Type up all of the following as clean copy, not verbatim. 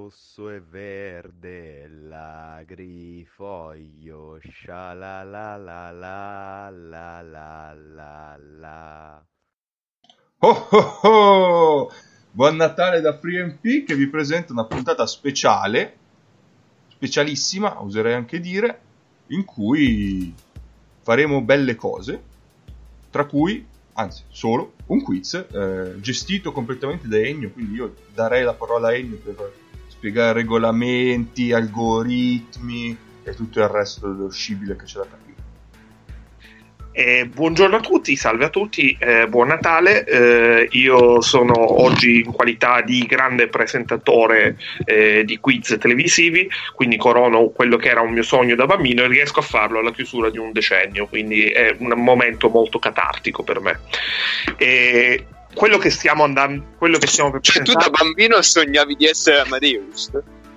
rosso e verde, l'agrifoglio, scia la la la la la la la la. Oh oh oh! Buon Natale da FreeMP che vi presenta una puntata speciale, specialissima, oserei anche dire, in cui faremo belle cose, tra cui, anzi, solo un quiz gestito completamente da Ennio, quindi io darei la parola a Ennio per spiegare regolamenti, algoritmi e tutto il resto dello scibile che c'è da capire. Buongiorno a tutti, salve a tutti, buon Natale. Io sono oggi in qualità di grande presentatore di quiz televisivi, quindi corono quello che era un mio sogno da bambino e riesco a farlo alla chiusura di un decennio, quindi è un momento molto catartico per me. Quello che stiamo per Cioè, presentare... tu da bambino sognavi di essere Amadeus?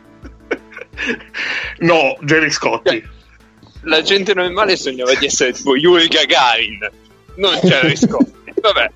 No, Gerry Scotti. La gente normale sognava di essere tipo Yuri Gagarin, non Gerry Scotti. Vabbè.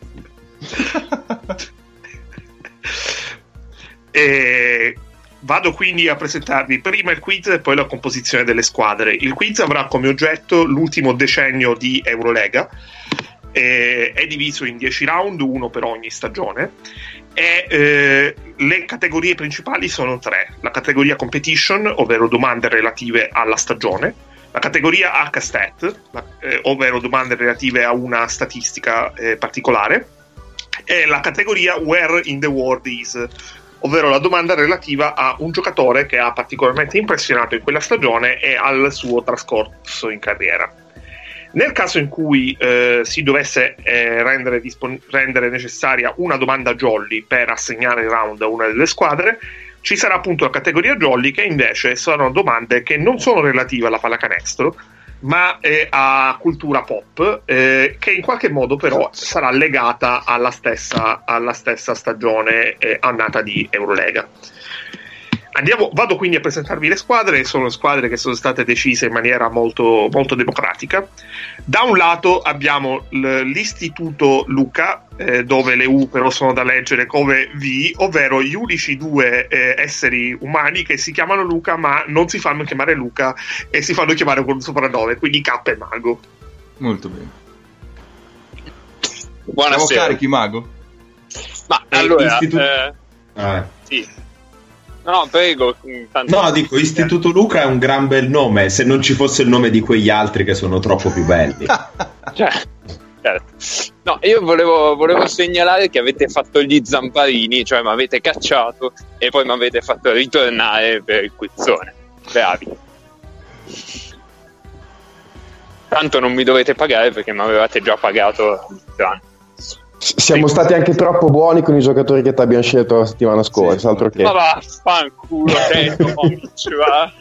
Vado quindi a presentarvi prima il quiz e poi la composizione delle squadre. Il quiz avrà come oggetto l'ultimo decennio di Eurolega. È diviso in 10 round, uno per ogni stagione, e le categorie principali sono 3: la categoria competition, ovvero domande relative alla stagione, la categoria H-Stat, ovvero domande relative a una statistica particolare, e la categoria Where in the World is, ovvero la domanda relativa a un giocatore che ha particolarmente impressionato in quella stagione e al suo trascorso in carriera. Nel caso in cui si dovesse rendere necessaria una domanda jolly per assegnare il round a una delle squadre, ci sarà appunto la categoria jolly, che invece sono domande che non sono relative alla pallacanestro, ma a cultura pop, che in qualche modo però sarà legata alla stessa stagione annata di Eurolega. Vado quindi a presentarvi le squadre. Sono squadre che sono state decise in maniera molto, molto democratica. Da un lato abbiamo l'Istituto Luca, dove le U però sono da leggere come V, ovvero gli unici due esseri umani che si chiamano Luca ma non si fanno chiamare Luca e si fanno chiamare con un soprannome, quindi K e Mago. Molto bene. Buonasera. Siamo carichi, Mago? Ma allora, sì. No, prego. No, dico, Istituto Luca è un gran bel nome, se non ci fosse il nome di quegli altri che sono troppo più belli. Certo. No, io volevo segnalare che avete fatto gli zamparini, cioè mi avete cacciato e poi mi avete fatto ritornare per il quizzone. Bravi. Tanto non mi dovete pagare perché mi avevate già pagato l'inizio anno. Siamo stati anche troppo buoni con i giocatori che ti abbiamo scelto la settimana scorsa, sì. Altro che. Ma vaffanculo, va.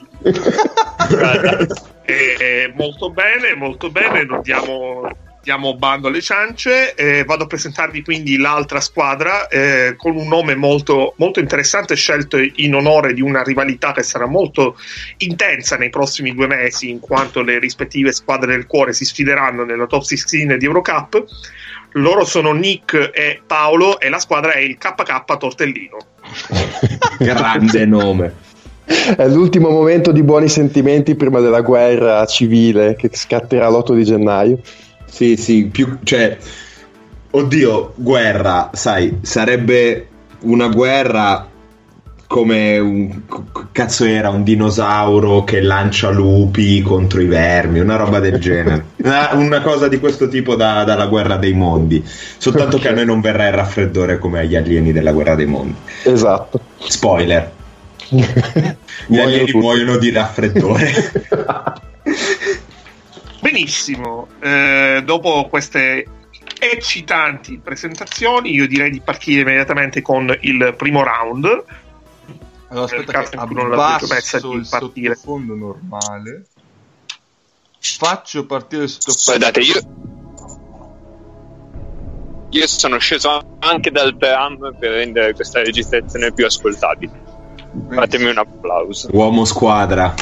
Molto bene, non diamo bando alle ciance. Vado a presentarvi quindi l'altra squadra, con un nome molto, molto interessante, scelto in onore di una rivalità che sarà molto intensa nei prossimi 2 mesi, in quanto le rispettive squadre del cuore si sfideranno nella top 16 di Eurocup. Loro sono Nick e Paolo e la squadra è il KK Tortellino. Grande nome. È l'ultimo momento di buoni sentimenti prima della guerra civile che scatterà l'8 di gennaio. Sì, cioè, oddio, guerra, sai, sarebbe una guerra come cazzo era un dinosauro che lancia lupi contro i vermi, una roba del genere, una cosa di questo tipo dalla guerra dei mondi, soltanto che a noi non verrà il raffreddore come agli alieni della guerra dei mondi. Esatto. Spoiler. Gli alieni muoiono di raffreddore. Benissimo, dopo queste eccitanti presentazioni io direi di partire immediatamente con il primo round. Allora aspetta che abbasso il sottofondo normale. Faccio partire il sottofondo. Guardate, io sono sceso anche dal tram per rendere questa registrazione più ascoltabile. Fatemi un applauso. Uomo squadra.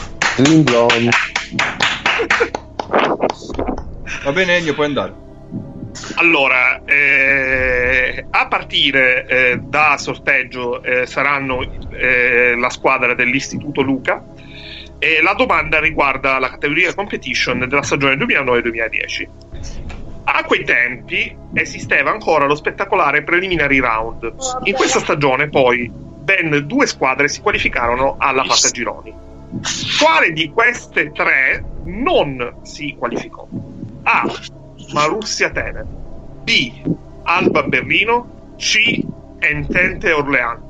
Va bene, Ennio, puoi andare. Allora, a partire da sorteggio saranno la squadra dell'Istituto Luca, e la domanda riguarda la categoria competition della stagione 2009-2010. A quei tempi esisteva ancora lo spettacolare preliminary round. In questa stagione poi ben 2 squadre si qualificarono alla fase a gironi. Quale di queste 3 non si qualificò? A. Marussia Atene, B. Alba Berlino, C. Entente Orléans.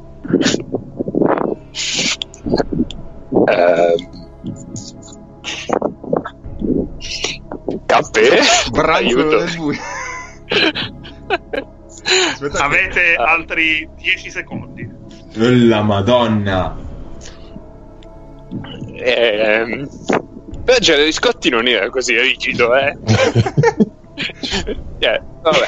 Caffè. Branco del buio. Avete altri 10 secondi. La Madonna. Però Gerry Scotti non era così rigido, vabbè.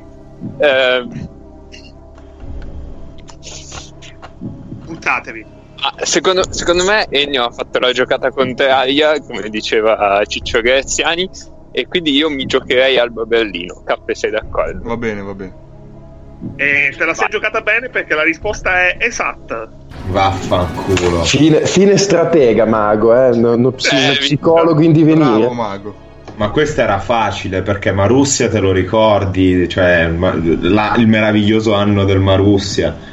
Buttatevi. Secondo me Ennio ha fatto la giocata contraria, come diceva Ciccio Graziani, e quindi io mi giocherei Alba Berlino. Cappe, sei d'accordo? Va bene. E te la sei giocata bene perché la risposta è esatta. Vaffanculo. Fine stratega, Mago, uno psicologo in divenire. Bravo, Mago. Ma questa era facile perché Marussia te lo ricordi, cioè il meraviglioso anno del Marussia.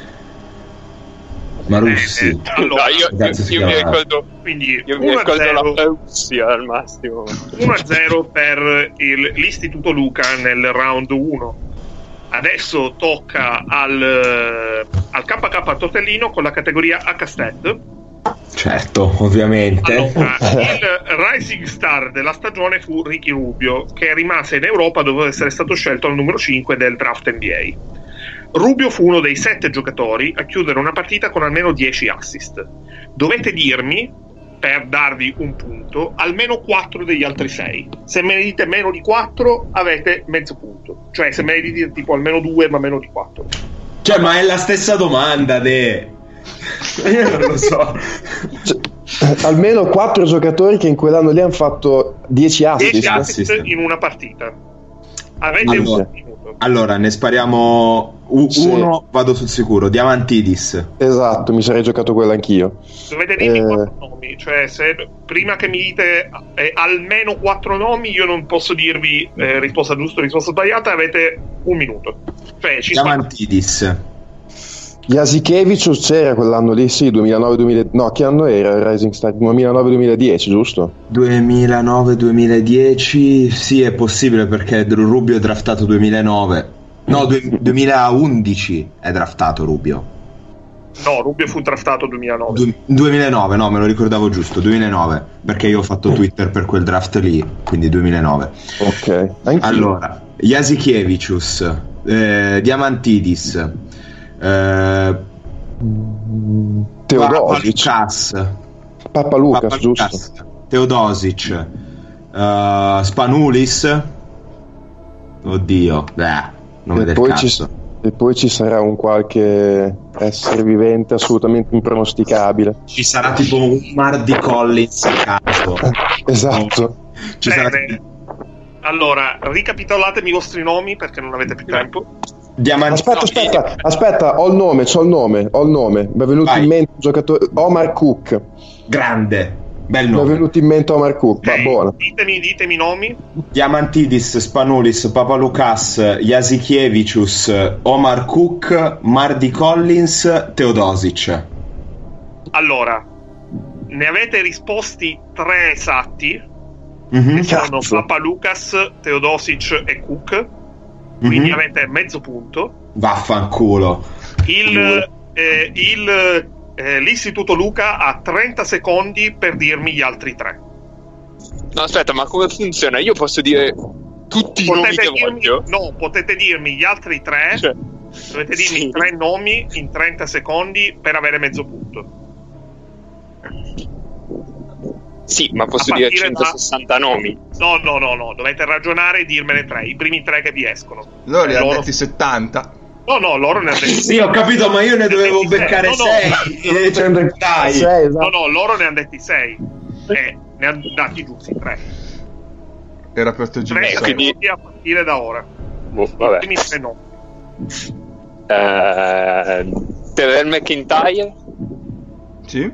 Marussi. Allora, io mi ricordo, quindi io mi ricordo la Russia al massimo. 1-0 per l'Istituto Luca nel round 1. Adesso tocca al KK Tortellino con la categoria H-Stat. Certo, ovviamente. Allora, il Rising Star della stagione fu Ricky Rubio, che rimase in Europa dopo essere stato scelto al numero 5 del draft NBA. Rubio fu uno dei 7 giocatori a chiudere una partita con almeno 10 assist. Dovete dirmi, per darvi un punto, almeno 4 degli altri 6. Se me ne dite meno di 4 avete mezzo punto. Cioè se me ne dite tipo almeno 2 ma meno di 4. Cioè, ma è la stessa domanda, io non lo so. Almeno 4 giocatori che in quell'anno lì hanno fatto 10 assist. 10 assist in una partita. Avete un minuto. Allora, ne spariamo uno, Sì. Vado sul sicuro. Diamantidis. Esatto, mi sarei giocato quello anch'io. Dovete dirmi 4 nomi. Cioè se prima che mi dite almeno 4 nomi, io non posso dirvi risposta giusta o risposta sbagliata. Avete un minuto. Cioè, Diamantidis. Jasikevicius c'era quell'anno lì, sì, 2009-2010. No, che anno era il Rising Star? 2009-2010, giusto? 2009-2010, sì, è possibile perché Rubio è draftato 2009. No, 2011 è draftato Rubio. No, Rubio fu draftato 2009. 2009, no, me lo ricordavo giusto, 2009, perché io ho fatto Twitter per quel draft lì, quindi 2009. Ok. Anch'io. Allora, Jasikevicius, Diamantidis, Teodosic. Papa Lucas, giusto? Teodosic, Spanulis. Oddio, nome del cazzo. E poi ci sarà un qualche essere vivente assolutamente impronosticabile. Ci sarà tipo un Mardi Collins a caso. Esatto. Ci sarà Allora, ricapitolatemi i vostri nomi perché non avete più tempo. Aspetta, ho il nome. Mi è venuto in mente un giocatore, Omar Cook. Grande, bel Mi è nome. venuto in mente Omar Cook, va buono. Ditemi i nomi. Diamantidis, Spanulis, Papalukas, Jasikevicius, Omar Cook, Mardi Collins, Teodosic. Allora, ne avete risposti 3 esatti, Mhm. che sono Cazzo. Papa Lucas, Teodosic e Cook. Quindi avete mezzo punto. Vaffanculo. L'Istituto Luca ha 30 secondi per dirmi gli altri 3. No, aspetta, ma come funziona? Io posso dire tutti i nomi che voglio? No, potete dirmi gli altri 3. Cioè, Dovete dirmi sì. 3 nomi in 30 secondi per avere mezzo punto. Sì, ma posso A dire partire 160 nomi. No, dovete ragionare e dirmene 3, i primi 3 che vi escono. Loro li hanno Loro- detti 70. No, loro ne hanno detti Sì, ho capito, ma io ne dovevo beccare No, 6. Dai. No, loro ne hanno detti 6. Ne hanno dati giusti 3. Era per te 3 quindi- secondi a partire da ora. vabbè. I primi tre no. Terrell McIntyre. Sì?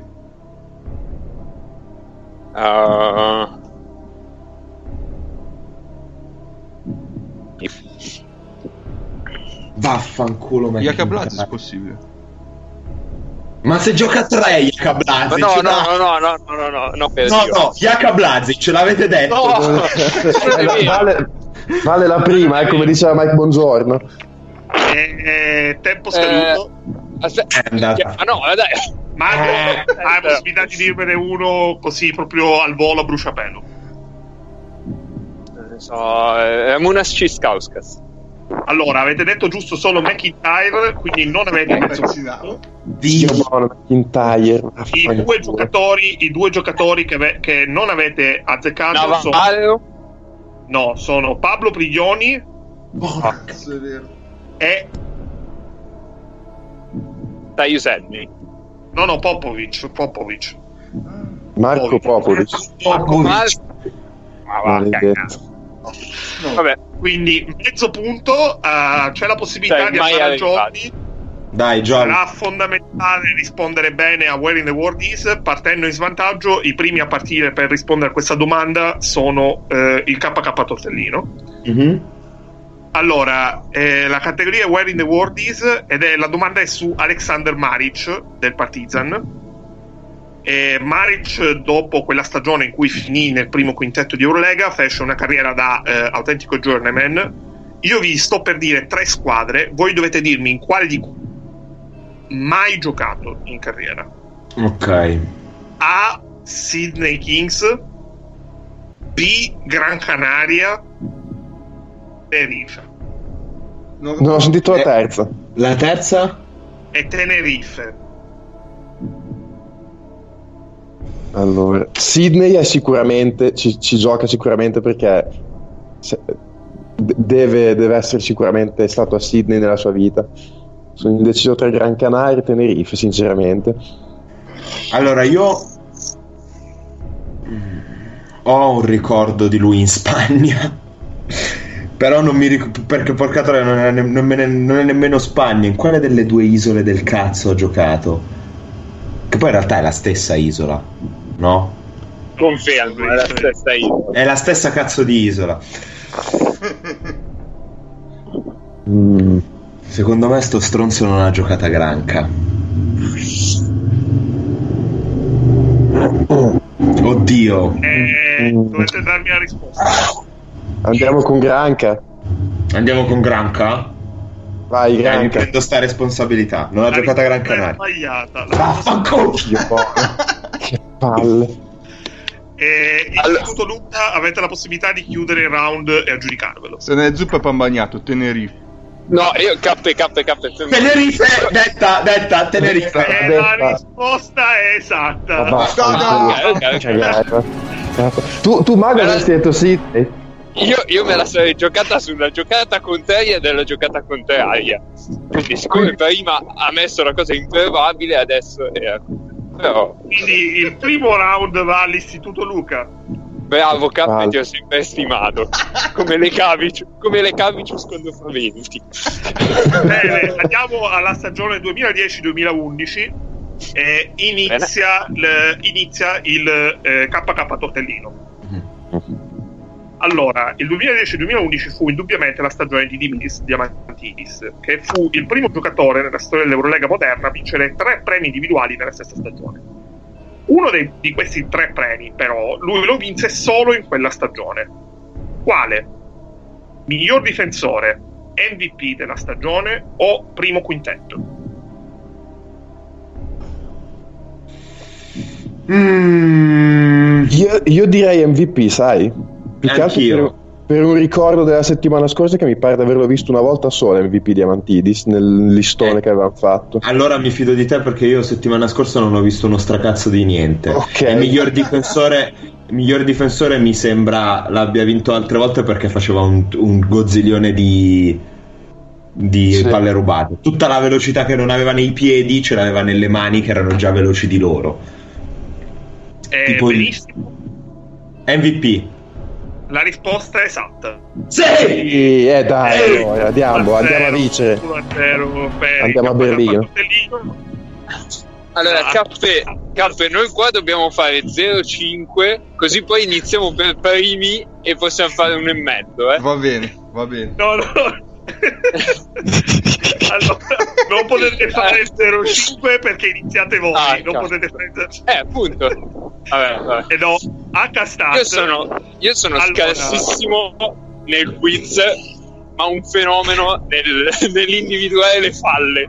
Vaffanculo, Jakob Blazis è possibile. Ma se gioca 3 Jakob Blazis, No, per Dio. no, Jakob Blazis, ce l'avete detto. No. Vale la prima, come diceva Mike Bongiorno. Tempo scaduto. È andata. No, dai. Mago, hai la possibilità di dirmene uno così proprio al volo a bruciapelo. Non so, Munas Ciskauskas. Allora, avete detto giusto solo McIntyre, quindi non avete mezzo punto. Dio buono, McIntyre. I due giocatori che non avete azzeccato sono Pablo Prigioni Cazzo, è vero. e Tajuseni. no, Popovic. Marco Popovic. Ma va, cagare. Vabbè, quindi mezzo punto. C'è la possibilità di mai andare a arrivati. giochi. Dai, John. Sarà fondamentale rispondere bene a Where in the World Is. Partendo in svantaggio, i primi a partire per rispondere a questa domanda sono il KK Tortellino. Mm-hmm. Allora, la categoria è Where in the World Is ed la domanda è su Alexander Maric del Partizan. Maric, dopo quella stagione in cui finì nel primo quintetto di Eurolega, fece una carriera da autentico journeyman. Io vi sto per dire 3 squadre, voi dovete dirmi in quale di mai giocato in carriera. Ok. A. Sydney Kings, B. Gran Canaria, Tenerife. Non ho sentito la terza. La terza? E Tenerife. Allora, Sydney è sicuramente ci gioca sicuramente perché deve essere sicuramente stato a Sydney nella sua vita. Sono indeciso tra Gran Canaria e Tenerife, sinceramente. Allora, io ho un ricordo di lui in Spagna, però non mi ricordo perché porca troia non è nemmeno Spagna. In quale delle due isole del cazzo ho giocato? Che poi in realtà è la stessa isola, no? Confermo, è la stessa isola. È la stessa cazzo di isola. Secondo me sto stronzo non ha giocata granca. Oddio. Dovete darmi la risposta. Andiamo con Granca. Andiamo con Granca? Vai, Mi Granca. prendo sta responsabilità. Non ha La giocata Gran risposta è Canaria. sbagliata. Vaffanculo. Che palle. Istituto Luca, avete la possibilità di chiudere il round e aggiudicarvelo. Se ne è zuppa pambagnato, Tenerife. No, io K. Tenerife, detta Tenerife. La risposta è esatta. Tu Mago avresti detto Sydney? Io me la sarei giocata sulla giocata contraria della giocata contraria. Quindi siccome prima ha messo la cosa improbabile, adesso però Quindi il primo round va all'Istituto Luca. bravo K, ti ho sempre stimato. Come le Cavicius quando fa 20. Bene, andiamo alla stagione 2010-2011 e inizia il KK Tortellino. Allora, il 2010-2011 fu indubbiamente la stagione di Dimitris Diamantidis, che fu il primo giocatore nella storia dell'Eurolega moderna a vincere 3 premi individuali nella stessa stagione. Uno di questi 3 premi, però, lui lo vinse solo in quella stagione. Quale? Miglior difensore, MVP della stagione o primo quintetto? Io direi MVP, sai? Più che altro per un ricordo della settimana scorsa che mi pare di averlo visto una volta sola MVP Diamantidis nel listone che avevamo fatto. Allora mi fido di te perché io settimana scorsa non ho visto uno stracazzo di niente. Okay. Il miglior difensore mi sembra l'abbia vinto altre volte perché faceva un gozzilione di palle rubate. Tutta la velocità che non aveva nei piedi ce l'aveva nelle mani che erano già veloci di loro. Tipo benissimo. MVP. La risposta è esatta. Sì, dai, allora, andiamo a vincere. 1-0 per andiamo a Berlino. Allora, Cappe, noi qua dobbiamo fare 0-5, così poi iniziamo per primi e possiamo fare 1,5. Va bene. No. Allora, non potete fare il 0,5 perché iniziate voi, non potete fare appunto. Vabbè. E no, H-Stat. Io sono scarsissimo nel quiz, ma un fenomeno nell'individuare le falle.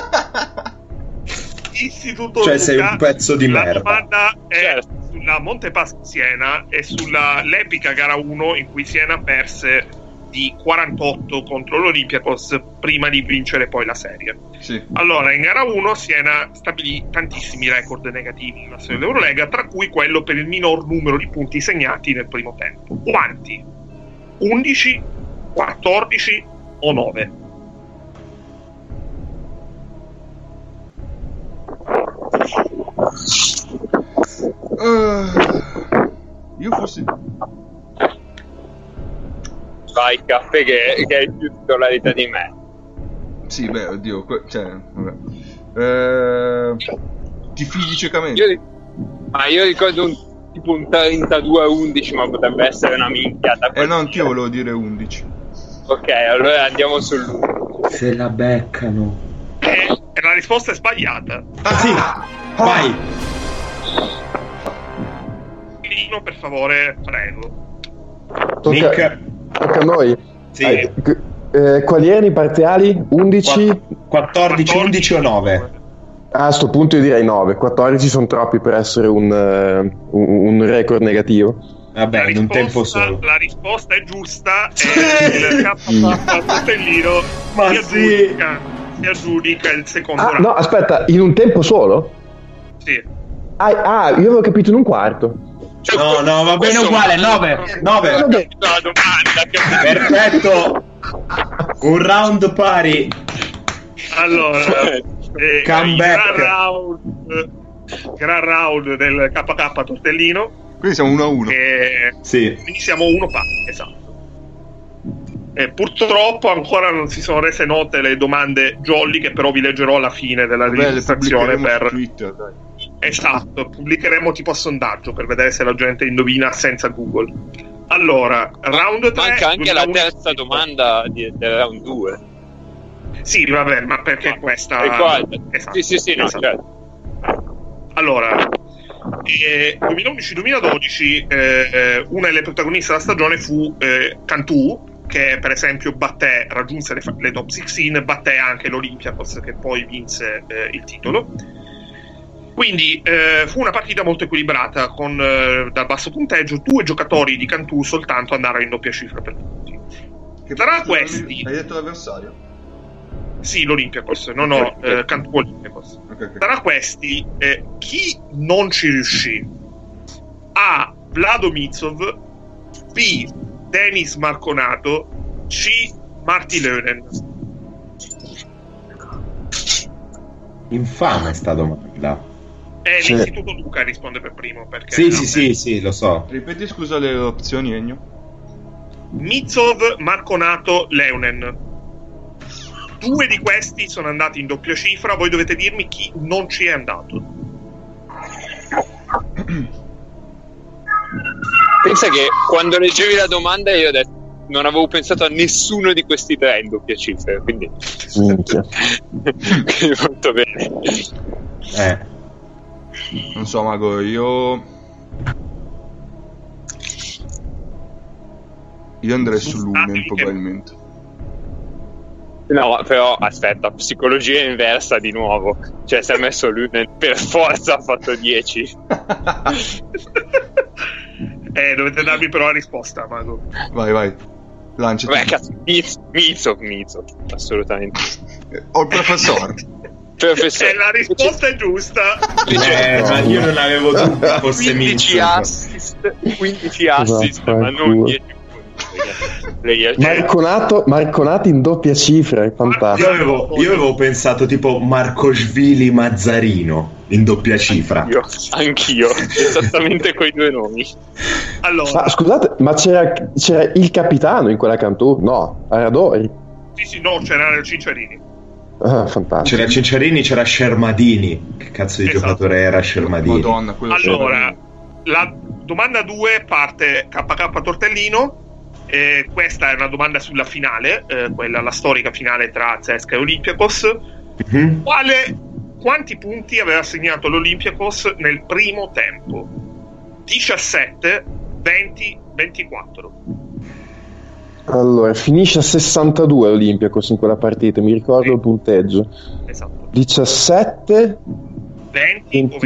Istituto cioè Luca, sei un pezzo di merda. La domanda è sulla Montepaschi Siena e sulla l'epica gara 1 in cui Siena perse di 48 contro l'Olympiakos prima di vincere poi la serie. Sì. Allora, in gara 1 Siena stabilì tantissimi record negativi nella storia dell'Eurolega, tra cui quello per il minor numero di punti segnati nel primo tempo. Quanti? 11, 14 o 9? Io forse Vai, Caffè, che hai più titolarità di me. sì, beh, oddio, vabbè. Ti fidi ciecamente? Io ricordo tipo un 32-11, ma potrebbe essere una minchiata. No, anch'io volevo dire 11. Ok, allora andiamo sul. Se la beccano. La risposta è sbagliata. Sì, vai. Lino, per favore, prego. Tocca a noi. Sì. Quali erano i parziali? 11? 14, 11 o 9? A sto punto io direi 9. 14 sono troppi per essere un record negativo. Vabbè, in un tempo solo. La risposta è giusta. E il KK Tortellino si aggiudica il secondo round. No, aspetta, in un tempo solo? Sì. Io avevo capito in un quarto. No, va bene uguale, 9. La domanda Perfetto. Un round pari. Allora, comeback. Gran round del KK Tortellino. Quindi siamo 1-1. Sì. Quindi siamo 1 pari, esatto. Purtroppo ancora non si sono rese note le domande jolly, che però vi leggerò alla fine della registrazione per Twitter, dai. Esatto, pubblicheremo tipo a sondaggio per vedere se la gente indovina senza Google. Allora, round 3. Manca anche la terza domanda del round 2. Sì, vabbè, ma perché questa è qua. Esatto, sì, no, esatto. Certo. Allora, 2011-2012 una delle protagoniste della stagione fu Cantù, che per esempio raggiunse le top 16, batté anche l'Olympiakos, che poi vinse il titolo. Quindi fu una partita molto equilibrata, con dal basso punteggio 2 giocatori di Cantù soltanto andarono in doppia cifra per tutti. Tra questi, hai detto l'avversario? sì, l'Olympiakos, Cantù Olympiakos. Okay. Tra questi chi non ci riuscì? A. Vlado Mitsov, B. Denis Marconato, C. Marty Lönen. Infame sta domanda. L'Istituto Luca risponde per primo, perché Sì, lo so. Ripeti scusa le opzioni, Ennio. Mitsov, Marconato, Lönen. 2 di questi sono andati in doppia cifra, voi dovete dirmi chi non ci è andato. Pensa che quando leggevi la domanda io ho detto, non avevo pensato a nessuno di questi 3 in doppia cifra, quindi quindi molto bene. Non so, Mago, io andrei su Lunen probabilmente. No, però aspetta, psicologia inversa di nuovo. Cioè, si è messo Lunen, per forza ha fatto 10. Dovete darmi però la risposta, Mago. Vai, lanciati. Beh, cazzo, Mizzo, assolutamente. Ho il professore. La risposta è giusta. Ma io non avevo dubbi fosse 15 assist, ma non 10 punti. Marconati in doppia cifra, è fantastico. Io avevo pensato tipo Marcoshvili Mazzarino in doppia cifra. Anch'io, esattamente quei due nomi. Allora, scusate, ma c'era il capitano in quella cantù? No, era Dori. Sì, no, c'era il Cicciarini. Ah, fantastico. C'era Cicciarini, c'era Scermadini. Che cazzo di giocatore era Scermadini? Madonna, quello allora, la domanda 2 parte KK Tortellino. Questa è una domanda sulla finale, la storica finale tra CSKA e Olympiacos. Mm-hmm. Quanti punti aveva segnato l'Olympiacos nel primo tempo? 17, 20, 24. Allora, finisce a 62 l'Olympiacos in quella partita, mi ricordo il punteggio. Esatto. 17, 20 o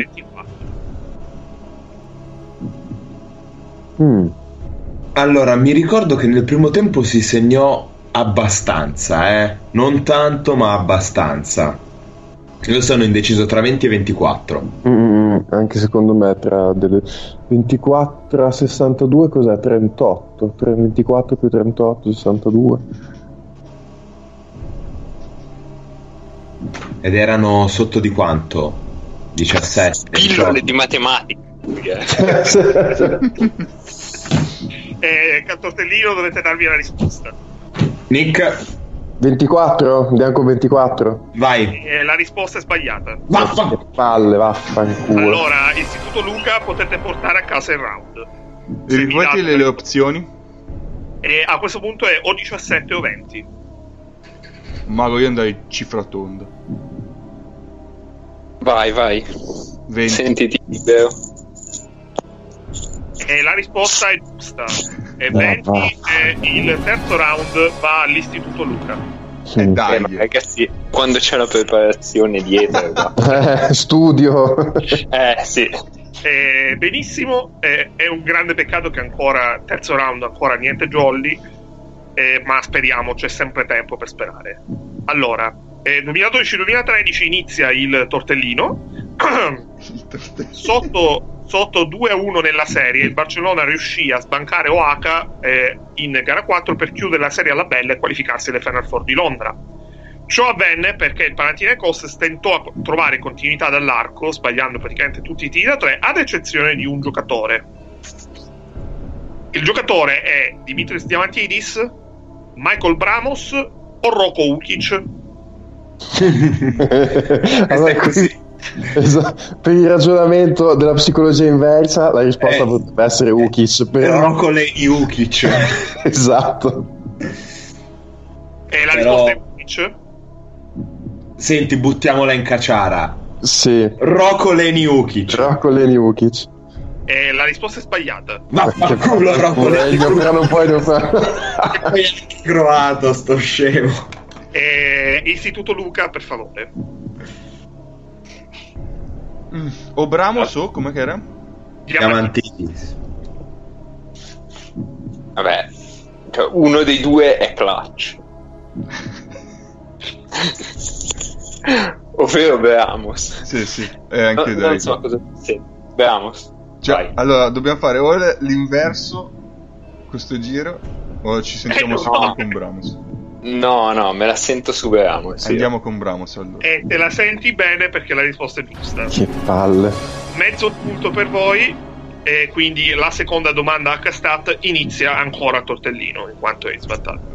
24. Allora, mi ricordo che nel primo tempo si segnò abbastanza, non tanto, ma abbastanza. Io sono indeciso tra 20 e 24. Anche secondo me tra delle 24 a 62 cos'è? 38. 24 più 38, 62. Ed erano sotto di quanto? 17. Pillole di matematica. Tortellino, dovete darvi la risposta. Nick? 24? Andiamo con 24? Vai. La risposta è sbagliata. Che palle, vaffanculo. Allora, Istituto Luca potete portare a casa il round. Ripeti le opzioni? E a questo punto è o 17 o 20. Mago, io andrei cifra tonda. Vai. 20. Sentiti libero. E la risposta è giusta. E 20 e il terzo round va all'Istituto Luca. Dai, Ma ragazzi, quando c'è la preparazione dietro studio. Sì. Benissimo, è un grande peccato che ancora terzo round, ancora niente jolly, ma speriamo, c'è sempre tempo per sperare. Allora, 2012-2013 inizia il Tortellino. Sotto 2-1 nella serie, il Barcellona riuscì a sbancare Oaxaca in gara 4 per chiudere la serie alla bella e qualificarsi alle Final Four di Londra. Ciò avvenne perché il Panathinaikos tentò a trovare continuità dall'arco, sbagliando praticamente tutti i tiri da 3, ad eccezione di un giocatore. Il giocatore è Dimitris Diamantidis, Michael Bramos o Roko Ukic. Allora, così. Per il ragionamento della psicologia inversa, la risposta potrebbe essere Ukic. Però con le Ukic. Esatto. E la risposta è Ukic? Senti, buttiamola in caciara. Sì. Roko Leni Ukic. E la risposta è sbagliata. Ma culo Roko Leni Ukic. Però non puoi fare. Poi hai croato sto scemo. Istituto Luca, per favore. O Bramos o come che era? Diamantidis. Vabbè, cioè, uno dei due è clutch. Ovvero Bramos. Sì, anche non so cosa. Sì, Bramos. Cioè, allora dobbiamo fare o l'inverso questo giro o ci sentiamo solo con Bramos. No, me la sento su Bramos. Sì. Andiamo con Bramos allora. E te la senti bene perché la risposta è giusta. Che palle. Mezzo punto per voi. E quindi la seconda domanda a Castat inizia ancora a Tortellino, in quanto è in svantaggio.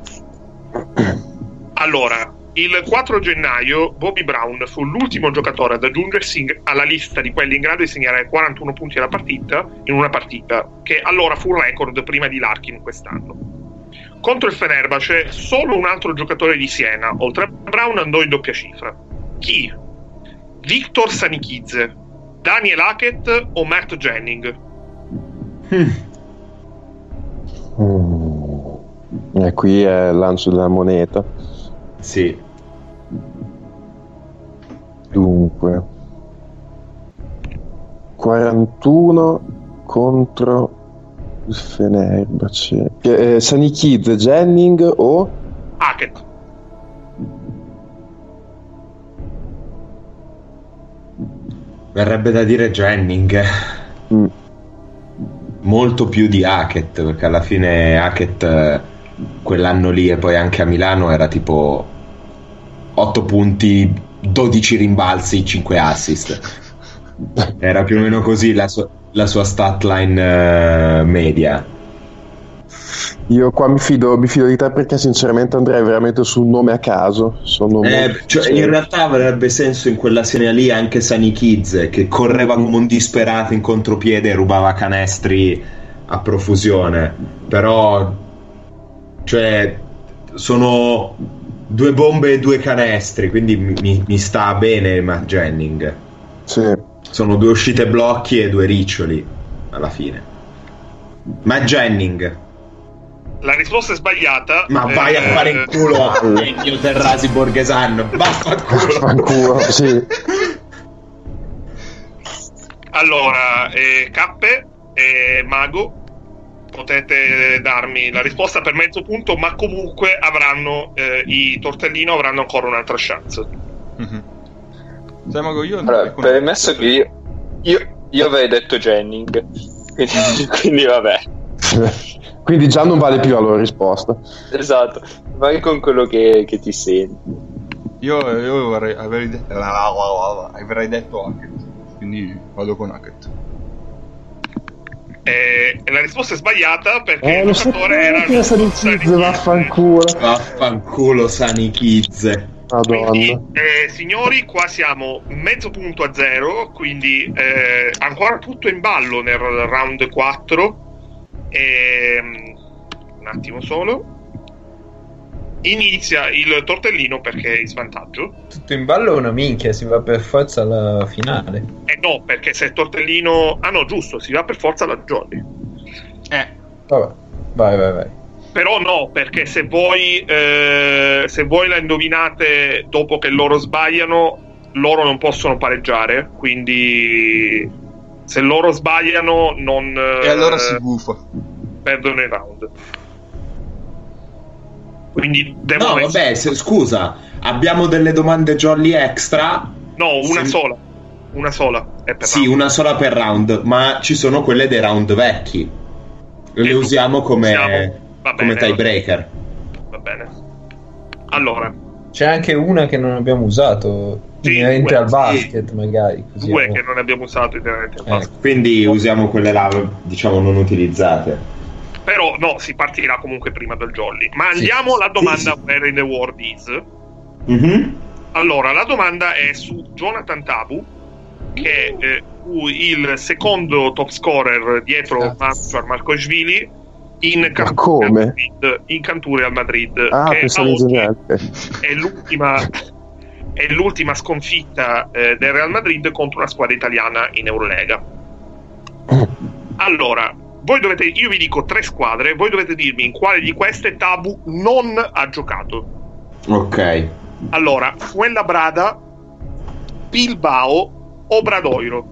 Allora, il 4 gennaio Bobby Brown fu l'ultimo giocatore ad aggiungersi alla lista di quelli in grado di segnare 41 punti alla partita, in una partita che allora fu un record prima di Larkin quest'anno. Contro il Fenerbahce solo un altro giocatore di Siena, oltre a Brown, andò in doppia cifra. Chi? Victor Sanichidze, Daniel Hackett o Matt Jennings? E qui è il lancio della moneta. Sì. Dunque 41 contro il Fenerbahce. Sanichidze, Jennings o Hackett. Verrebbe da dire Jennings. Molto più di Hackett, perché alla fine Hackett quell'anno lì e poi anche a Milano era tipo 8 punti, 12 rimbalzi, 5 assist. Era più o meno così la sua statline media. Io qua mi fido di te, perché sinceramente andrei veramente su un nome a caso. In realtà avrebbe senso in quella serie lì anche Sunny Kids, che correva come un disperato in contropiede e rubava canestri a profusione. Però cioè sono 2 bombe e 2 canestri, quindi mi sta bene Matt Jennings. Sì. Sono 2 uscite blocchi e 2 riccioli alla fine. Matt Jennings. La risposta è sbagliata. Ma vai a fare in culo a Ennio Terrasi Borghesan. Vaffanculo, sì. Allora, Cappe e Mago, potete darmi la risposta per mezzo punto, ma comunque avranno i Tortellino avranno ancora un'altra chance. Mm-hmm. Sai, Mago, io allora, premesso che io avrei detto Jennings, quindi vabbè. Quindi già non vale più la loro risposta. Esatto, vai con quello che ti senti. Io avrei detto Hackett, quindi vado con Hackett. La risposta è sbagliata, perché il giocatore era Sunny Kids. Vaffanculo Sunny Kids. Madonna. Quindi, signori, qua siamo mezzo punto a 0, quindi ancora tutto in ballo nel round 4. Un attimo solo. Inizia il Tortellino perché è in svantaggio. Tutto in ballo è una minchia, si va per forza alla finale. No, perché se il Tortellino... Ah no, giusto, si va per forza alla Jolly. Vabbè, vai. Però no, perché se voi la indovinate dopo che loro sbagliano, loro non possono pareggiare, quindi se loro sbagliano non... E allora si bufa. Perdono il round. Quindi no, vabbè, scusa, abbiamo delle domande jolly extra? No, una sola è per sì, round. Una sola per round, ma ci sono quelle dei round vecchi. Le usiamo come tiebreaker. Va bene. Allora, c'è anche una che non abbiamo usato, inerente al basket, magari così. 2 che non abbiamo usato inerente al basket. Quindi usiamo quelle là, diciamo, non utilizzate. Però no, si partirà comunque prima del jolly. Ma andiamo alla domanda Where in the World is. Mm-hmm. Allora, la domanda è su Jonathan Tabu, che fu il secondo top scorer dietro Markoshvili in Canture al Madrid. Che è l'ultima sconfitta del Real Madrid contro una squadra italiana in Eurolega. Allora, io vi dico 3 squadre, voi dovete dirmi in quale di queste Tabu non ha giocato. Ok. Allora, Fuenlabrada, Bilbao, Obradoiro.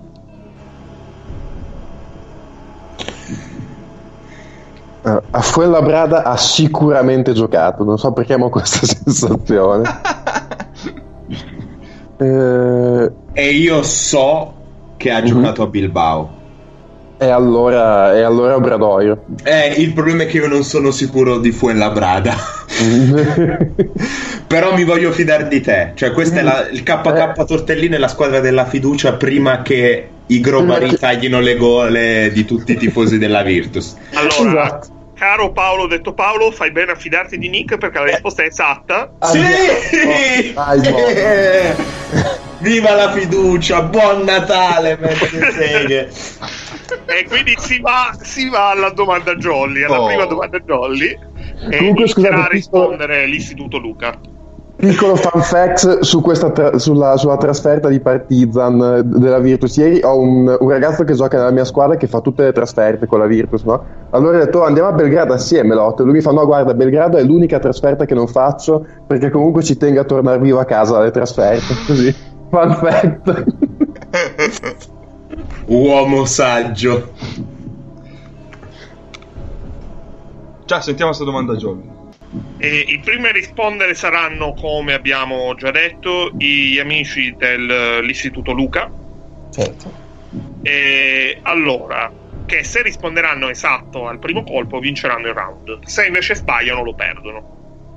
A Fuenlabrada ha sicuramente giocato, non so perché ho questa sensazione. E io so che ha giocato a Bilbao. E allora Obradoiro. Il problema è che io non sono sicuro di Fuenlabrada. Però mi voglio fidare di te. Cioè, questo è il KK Tortellino, è la squadra della fiducia prima che i Grobari taglino le gole di tutti i tifosi della Virtus. Allora, caro Paolo, detto Paolo, fai bene a fidarti di Nick, perché la risposta è esatta. Sì! Viva la fiducia, buon Natale, seghe. E quindi si va alla domanda jolly, alla prima domanda jolly. Comunque, scusate, rispondere l'Istituto Luca. Piccolo fun fact sulla trasferta di Partizan della Virtus. Ieri ho un ragazzo che gioca nella mia squadra che fa tutte le trasferte con la Virtus, no? Allora ho detto andiamo a Belgrado assieme, Lotto. E lui mi fa no, guarda, Belgrado è l'unica trasferta che non faccio perché comunque ci tengo a tornare vivo a casa dalle trasferte. Così, fun fact. Uomo saggio. Ciao, sentiamo questa domanda jolly. I primi a rispondere saranno, come abbiamo già detto, gli amici dell'Istituto Luca. Certo. Allora, che se risponderanno esatto al primo colpo vinceranno il round, se invece sbagliano lo perdono.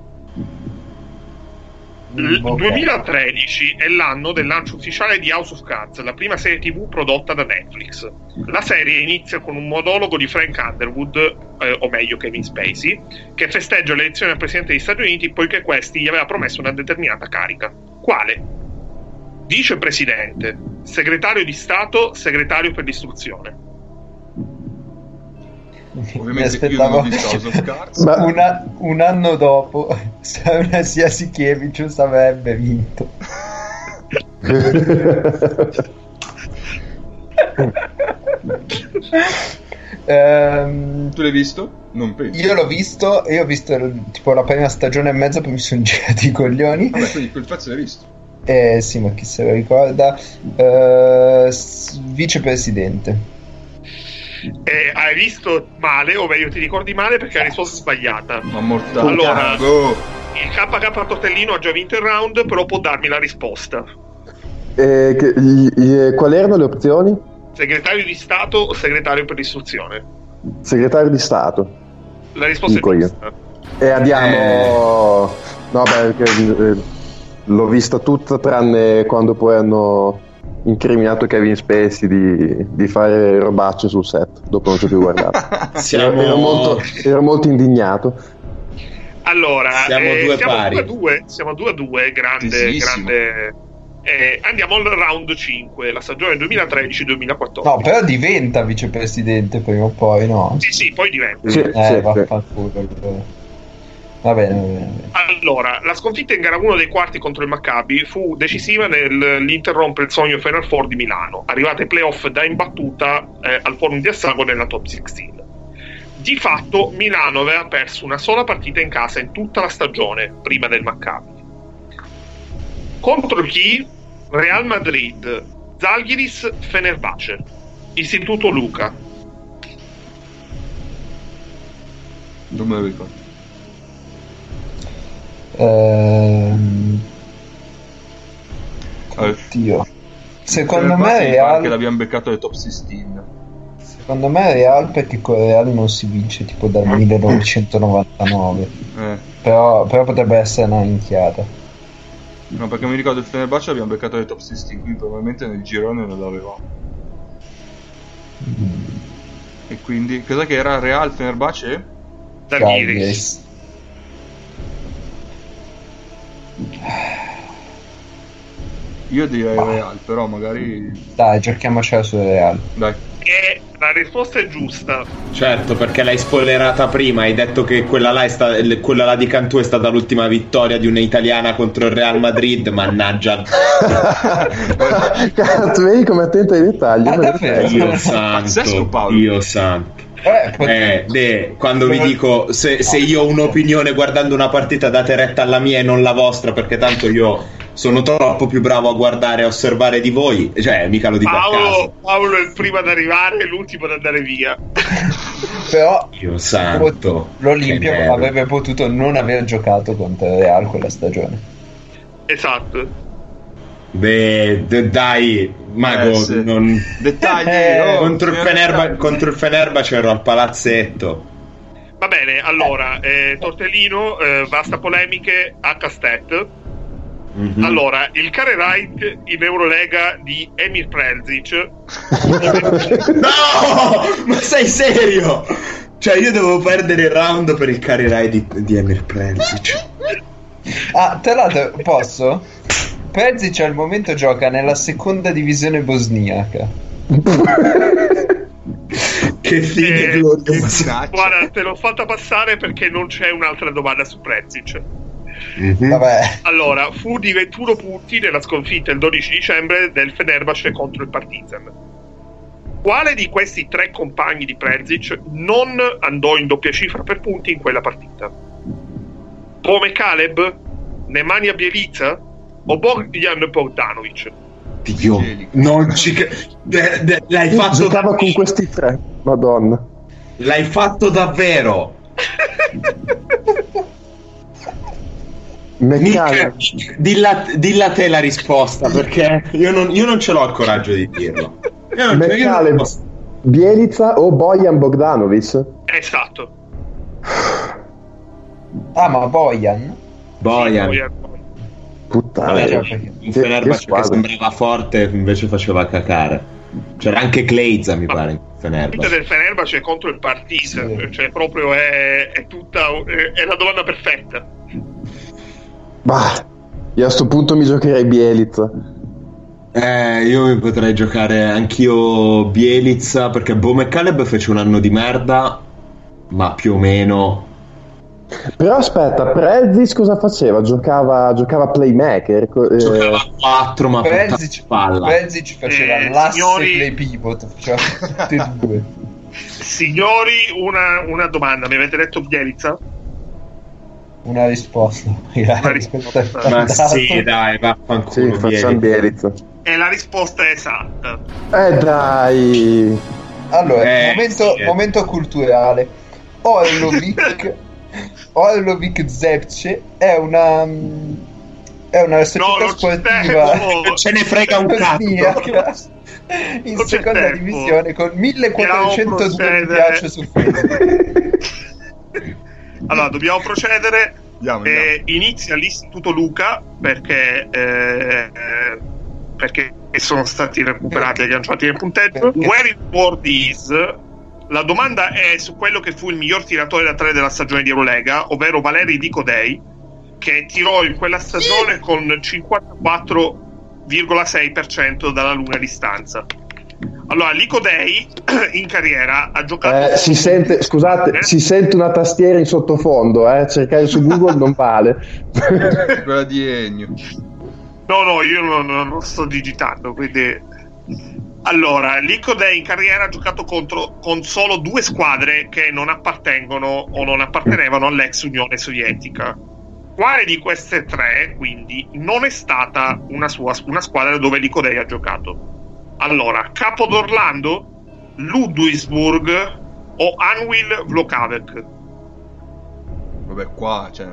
Il 2013 è l'anno del lancio ufficiale di House of Cards, la prima serie TV prodotta da Netflix. La serie inizia con un monologo di Frank Underwood, o meglio Kevin Spacey, che festeggia l'elezione al presidente degli Stati Uniti poiché questi gli aveva promesso una determinata carica. Quale? Vicepresidente, segretario di Stato, segretario per l'istruzione. Ovviamente io non ho visto House of Cards. Un anno dopo sia Sikiewicz avrebbe vinto. Tu l'hai visto? Non penso. Io l'ho visto e ho visto tipo la prima stagione e mezza, poi mi sono girati i coglioni. Vabbè, quindi quel pezzo l'hai visto? Sì, ma chi se lo ricorda? Vicepresidente. Hai visto male, o meglio ti ricordi male perché la risposta è sbagliata. Ma mortale. Allora, il KK Tortellino ha già vinto il round, però può darmi la risposta. Quali erano le opzioni? Segretario di Stato o segretario per l'istruzione? Segretario di Stato. La risposta dico è io. giusta. E andiamo... No, perché l'ho vista tutta tranne quando poi hanno incriminato Kevin Spacey di fare robacce sul set. Dopo non ci ho più guardato. Ero molto indignato. Allora, siamo siamo 2-2, grande. Andiamo al round 5, la stagione 2013-2014. No, però diventa vicepresidente prima o poi, no? Sì, poi diventa. Sì. Vaffanculo. Va bene. Allora, la sconfitta in gara 1 dei quarti contro il Maccabi fu decisiva nell'interrompere il sogno Final Four di Milano, arrivata ai playoff da imbattuta al Forum di Assago nella top 16. Di fatto Milano aveva perso una sola partita in casa in tutta la stagione prima del Maccabi. Contro chi? Real Madrid, Zalgiris, Fenerbahce, Istituto Luca. Non me lo ricordo. Oddio. Secondo me Real Real, che l'abbiamo beccato alle top 16. secondo me Real, perché con Real non si vince tipo dal 1999. Però potrebbe essere una minchiata. No, perché mi ricordo il Fenerbahce l'abbiamo beccato alle top 16, quindi probabilmente nel girone non l'avevamo. E quindi cos'è che era? Real, Fenerbahce? Zalgiris. Io direi Real, però magari... Dai, giochiamocela su Real. Dai. E la risposta è giusta. Certo, perché l'hai spoilerata prima. Hai detto che quella là di Cantù è stata l'ultima vittoria di un'italiana contro il Real Madrid. Mannaggia. Cazzo, vedi come attento ai dettagli. Dio santo, Dio santo. Quando vi dico se io ho un'opinione guardando una partita, date retta alla mia e non la vostra, perché tanto io sono troppo più bravo a guardare e a osservare di voi. Cioè, mica lo dico a caso. Paolo è il primo ad arrivare e l'ultimo ad andare via. Però Dio santo, l'Olimpia avrebbe potuto non aver giocato contro il Real quella stagione. Esatto. Dai, Mago, sì. non... Dettagli. Contro il Fenerbahce ero al palazzetto. Va bene, allora Tortellino, basta polemiche a Castet. Mm-hmm. Allora, il care right in Eurolega di Emir Prezic. No, ma sei serio? Cioè, io devo perdere il round per il care right di Emir Prezic. Tra l'altro, posso? Prezic al momento gioca nella seconda divisione bosniaca. Che fine gloriosa. Guarda, te l'ho fatta passare perché non c'è un'altra domanda su Prezic. Mm-hmm. Vabbè. Allora, fu di 21 punti nella sconfitta il 12 dicembre del Fenerbahce contro il Partizan. Quale di questi tre compagni di Prezic non andò in doppia cifra per punti in quella partita? Bome Caleb, Nemanja Bjelica o Bogdan Bogdanovic? Dio, non ci l'hai fatto. Giocava con questi tre, madonna. L'hai fatto davvero. Dilla te la risposta, perché io non ce l'ho il coraggio di dirlo. Bielitsa o Bojan Bogdanovic? Esatto. Ah, ma Bojan? Bojan. Sì, Puttana. Vabbè, un Fenerbahce che sembrava forte invece faceva cacare. C'era anche Kleiza, mi pare, in il Fenerbahce. del Fenerbahce contro il Partizan, Sì. cioè proprio è tutta è la domanda perfetta. Bah, io a sto punto mi giocherei Bielitsa. Io mi potrei giocare anch'io Bielitsa, perché Bome Caleb fece un anno di merda, ma più o meno. Però aspetta, Prezis cosa faceva? Giocava playmaker. Giocava a 4, ma per palla. Prezic faceva l'asse signori- play pivot, faceva tutte e due. Signori, una domanda, mi avete detto Bielitsa? Una risposta. Una risposta. Ma sì, dai, vaffanculo. Sì, facciamo Bielitsa. E la risposta è esatta. Allora, Dai. momento culturale. Orlovic Zepce è una società non c'è sportiva tempo. Ce ne frega un bosniaca cazzo. in Non c'è seconda tempo. divisione con 1402 mi procedere. piace su Facebook. Allora, dobbiamo procedere. Andiamo. Inizia l'Istituto Luca perché sono stati recuperati e agganciati nel punteggio. Perché? Where it world is. La domanda è su quello che fu il miglior tiratore da 3 della stagione di Eurolega, ovvero Valeri Licodei, che tirò in quella stagione con 54,6% dalla lunga distanza. Allora, Licodei in carriera ha giocato. Si sente una tastiera in sottofondo, cercare su Google non vale. Quella di Ennio. No, io non sto digitando, quindi. Allora, Licodei in carriera ha giocato con solo 2 squadre che non appartengono o non appartenevano all'ex Unione Sovietica. Quale di queste 3, quindi, non è stata una squadra dove Licodei ha giocato? Allora, Capodorlando, Ludwigsburg o Anwil Vlokavek? Vabbè, qua, cioè...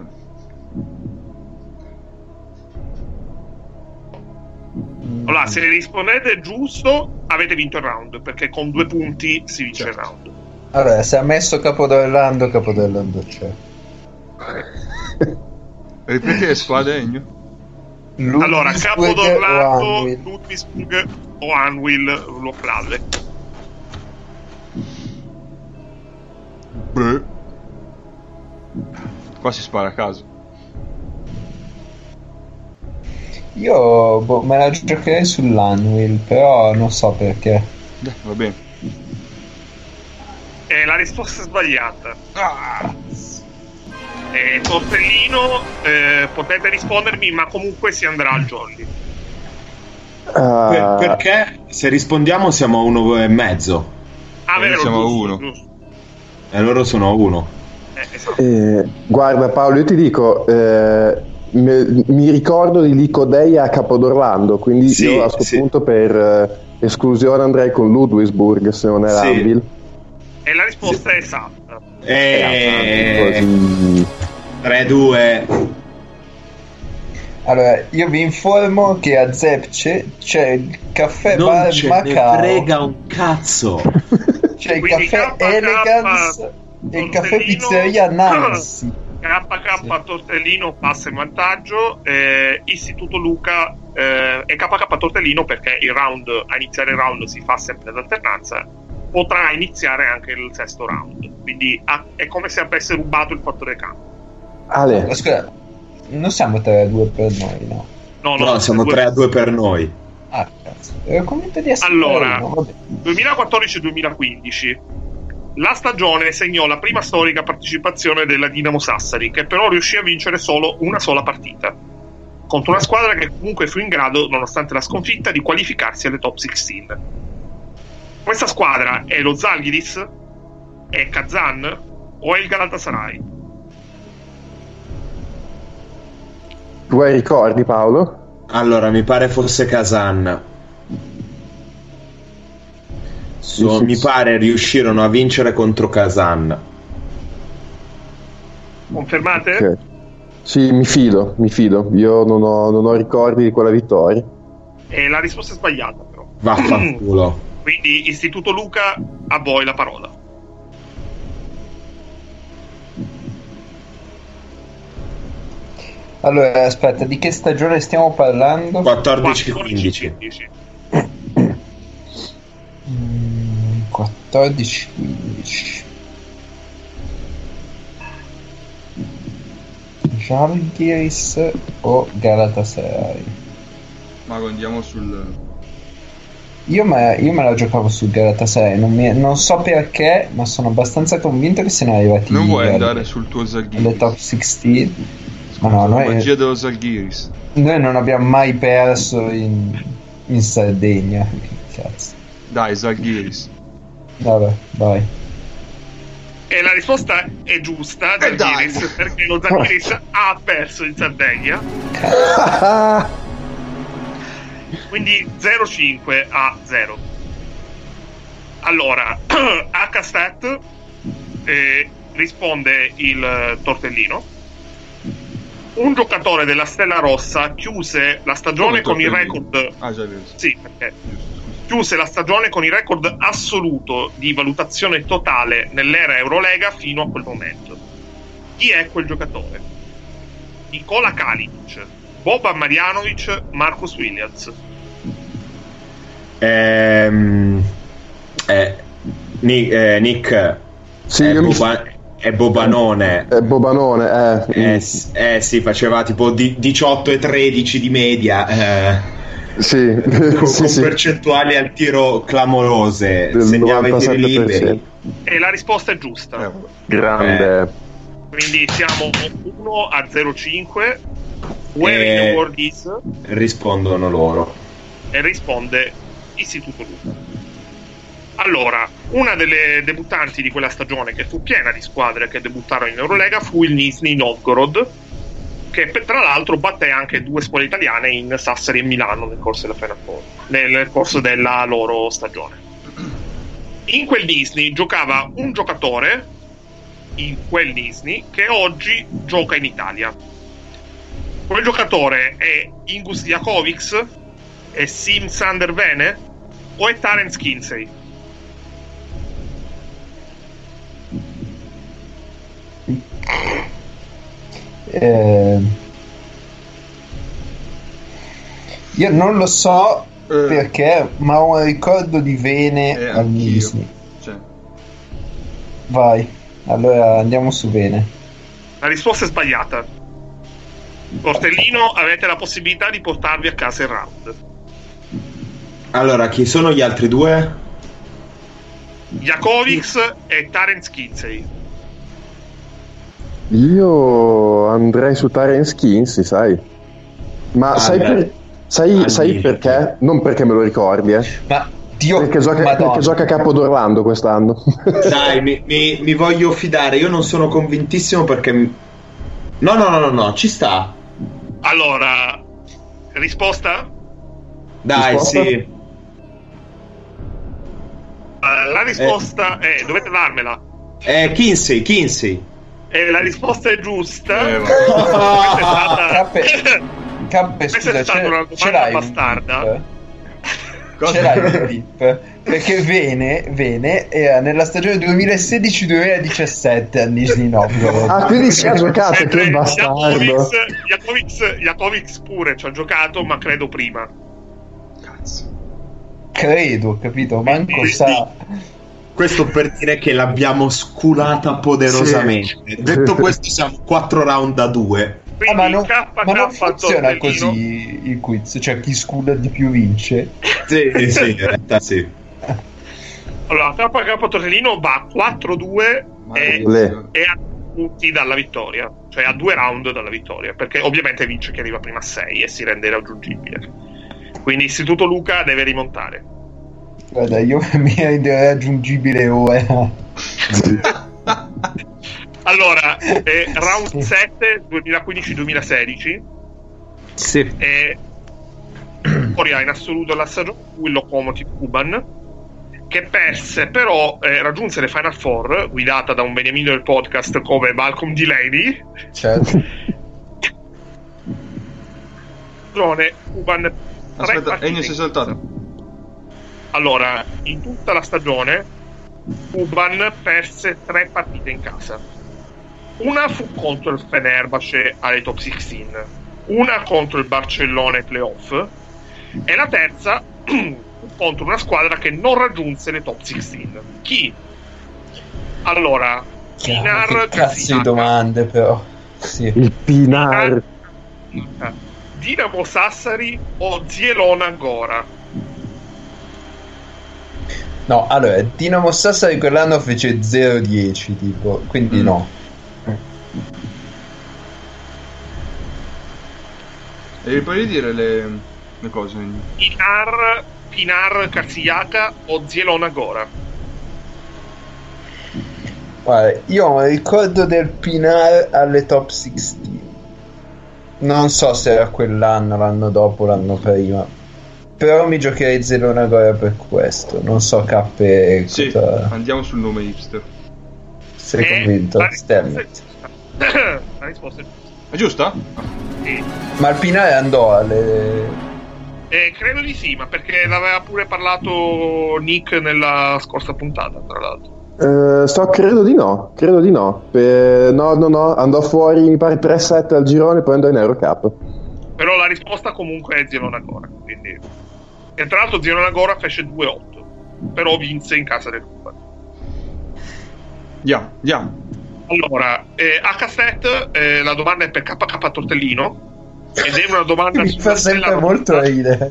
Allora, se rispondete giusto, avete vinto il round, perché con 2 punti si vince il round. Allora, se ha messo Capodorlando c'è. Ripeti le squadre, Ennio? Allora, Ludwigsburg Capodorlando, o Anwil. Ludwigsburg o Anwil Vlokavek? Beh. Qua si spara a caso. Io me la giocherei sull'Anwil, però non so perché. Va bene. La risposta è sbagliata. Tortellino, potete rispondermi, ma comunque si andrà al jolly. Perché se rispondiamo siamo a 1,5. Ah, vero, siamo a giusto, 1. giusto. E loro sono a 1. Esatto. Guarda Paolo, io ti dico, mi ricordo di Licodei a Capodorlando, quindi Sì, io a questo sì. punto per esclusione andrei con Ludwigsburg, se non è Sì. Anvil. E la risposta è esatta. Così. 3-2. Allora, io vi informo che a Zepce c'è il caffè Non bar ce ne Macao, frega un cazzo. c'è il Quindi caffè KK Elegance e il caffè Tortellino. pizzeria Nancy. KK Tortellino passa in vantaggio, Istituto Luca e KK Tortellino, perché a iniziare il round si fa sempre l'alternanza, potrà iniziare anche il sesto round, quindi è come se avesse rubato il fattore campo. Ale, Scusa, non siamo 3-2 per noi, no? No, siamo 3-2 per noi. Ah, cazzo. Ero convinto di essere Allora, uno, vabbè. 2014-2015 la stagione segnò la prima storica partecipazione della Dinamo Sassari, che però riuscì a vincere solo una sola partita contro una squadra che comunque fu in grado, nonostante la sconfitta, di qualificarsi alle top 16. Questa squadra è lo Zalgiris, è Kazan o è il Galatasaray? tu hai ricordi Paolo? Allora, mi pare fosse Kazan. Mi pare riuscirono a vincere contro Kazan. Confermate? Ok. Sì, mi fido, io non ho ricordi di quella vittoria. La risposta è sbagliata, però. Vaffanculo. Quindi Istituto Luca a voi la parola. Allora, aspetta, di che stagione stiamo parlando? 14-15. 14-15. Žalgiris o Galatasaray? Ma andiamo sul... Io me la giocavo sul Galatasaray, non so perché, ma sono abbastanza convinto che siano arrivati. Non vuoi andare sul tuo Žalgiris? Alle top 16? Ma no, la magia dello Žalgiris. Noi non abbiamo mai perso in Sardegna. Che cazzo. Dai, Žalgiris. Vabbè, vai. E la risposta è giusta, Žalgiris, perché lo Žalgiris ha perso in Sardegna. Quindi 0-5-0. Allora, H-Stat risponde il tortellino. Un giocatore della Stella Rossa chiuse la stagione con il record. Sì, perché chiuse la stagione con il record assoluto di valutazione totale nell'era Eurolega fino a quel momento. Chi è quel giocatore? Nikola Kalinic, Boban Marjanovic, Marcus Williams. Nick. Sì, è Bobanone. È Bobanone, sì, faceva tipo 18 e 13 di media. Sì, con percentuali al tiro clamorose, segnava i tiri liberi. E la risposta è giusta. Grande. Quindi siamo 1-0-5. Where in the world is? Rispondono loro. E risponde Istituto Luca. Allora, una delle debuttanti di quella stagione, che fu piena di squadre che debuttarono in Eurolega, fu il Nizhny Novgorod, che tra l'altro batté anche due squadre italiane in Sassari e Milano nel corso della Final Four, nel corso della loro stagione. In quel Nizhny giocava un giocatore, in quel Nizhny, che oggi gioca in Italia. Quel giocatore è Ingus Jakovics, è Sim Sander Vene o è Terence Kinsey? Io non lo so perché, ma ho un ricordo di Vene al Nizhny. Vai, allora andiamo su Vene. La risposta è sbagliata. Tortellino, avete la possibilità di portarvi a casa il round. Allora, chi sono gli altri due? Jakovics e Terence Kinsey. Io andrei su Terence Kinsey, sai. Ma sai perché? Non perché me lo ricordi, Ma Dio, perché gioca a Capo d'Orlando quest'anno. Dai, mi voglio fidare. Io non sono convintissimo perché... No, ci sta. Allora, risposta? Dai, risposta? Sì. La risposta è... Dovete darmela. Kinsey. E la risposta è giusta. Cappe, scusa, è stata una domanda bastarda. Ce l'hai il tip? Perché Vene era nella stagione 2016-2017 a Nizhny Novgorod. Ah, quindi si è giocato, che bastardo. Jakovics pure ci ha giocato, ma credo prima. Cazzo. Credo, capito? Manco sa. Questo per dire che l'abbiamo sculata poderosamente. Sì. Detto questo, siamo 4 round a 2. Ma non funziona così il quiz, cioè chi scula di più vince. Sì, in realtà sì. Allora, KK Tortellino va 4-2 e a punti dalla vittoria, cioè a 2 round dalla vittoria, perché ovviamente vince chi arriva prima a 6 e si rende raggiungibile. Quindi Istituto Luca deve rimontare. Guarda, io mi renderei raggiungibile ora. Allora, round 7 2015-2016. Sì. Corea in assoluto la stagione fu il Lokomotiv Kuban, che perse, però raggiunse le Final Four, guidata da un beniamino del podcast come Malcolm Delaney. Certo. Kuban. Aspetta, Ennio si è saltato. Allora, in tutta la stagione Kuban perse 3 partite in casa. Una fu contro il Fenerbahce alle top 16, una contro il Barcellona ai playoff e la terza fu contro una squadra che non raggiunse le top 16. Chi? Allora, Pinar, che cazzo di domande però. Sì. Il Pinar. Dinamo Sassari o Zielona Gora? No, allora, Dinamo Sassari quell'anno fece 0-10 tipo, quindi no. E puoi dire le cose? Pinar Karsiyaka o Zielona Gora? Guarda, io ho un ricordo del Pinar alle top 16. Non so se era quell'anno, l'anno dopo, l'anno prima. Però mi giocherei Zielona Gora per questo. Non so K. Sì, cosa... andiamo sul nome hipster. Sei convinto? La risposta è giusta. È giusta? Sì. Ma il Pinar andò alle... credo di sì, ma perché l'aveva pure parlato Nick nella scorsa puntata, tra l'altro. Credo di no. No, andò fuori mi pare 3-7 al girone, poi andò in Eurocup. Però la risposta comunque è Zielona Gora, quindi... E tra l'altro Zielona Gora fece 2-8, però vinse in casa del Kuban. Andiamo. Allora, a Cassette la domanda è per KK Tortellino ed è una domanda mi sulla fa sempre Stella molto Rossa. ridere.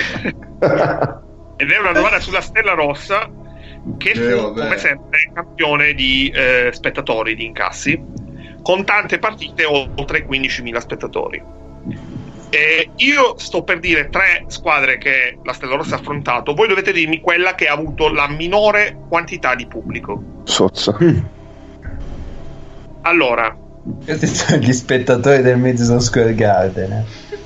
Ed è una domanda sulla Stella Rossa che fu vabbè. come sempre campione di spettatori, di incassi, con tante partite oltre 15.000 spettatori. Io sto per dire 3 squadre che la Stella Rossa ha affrontato, voi dovete dirmi quella che ha avuto la minore quantità di pubblico. Sozza. Allora, Questi sono gli spettatori del Madison Square Garden.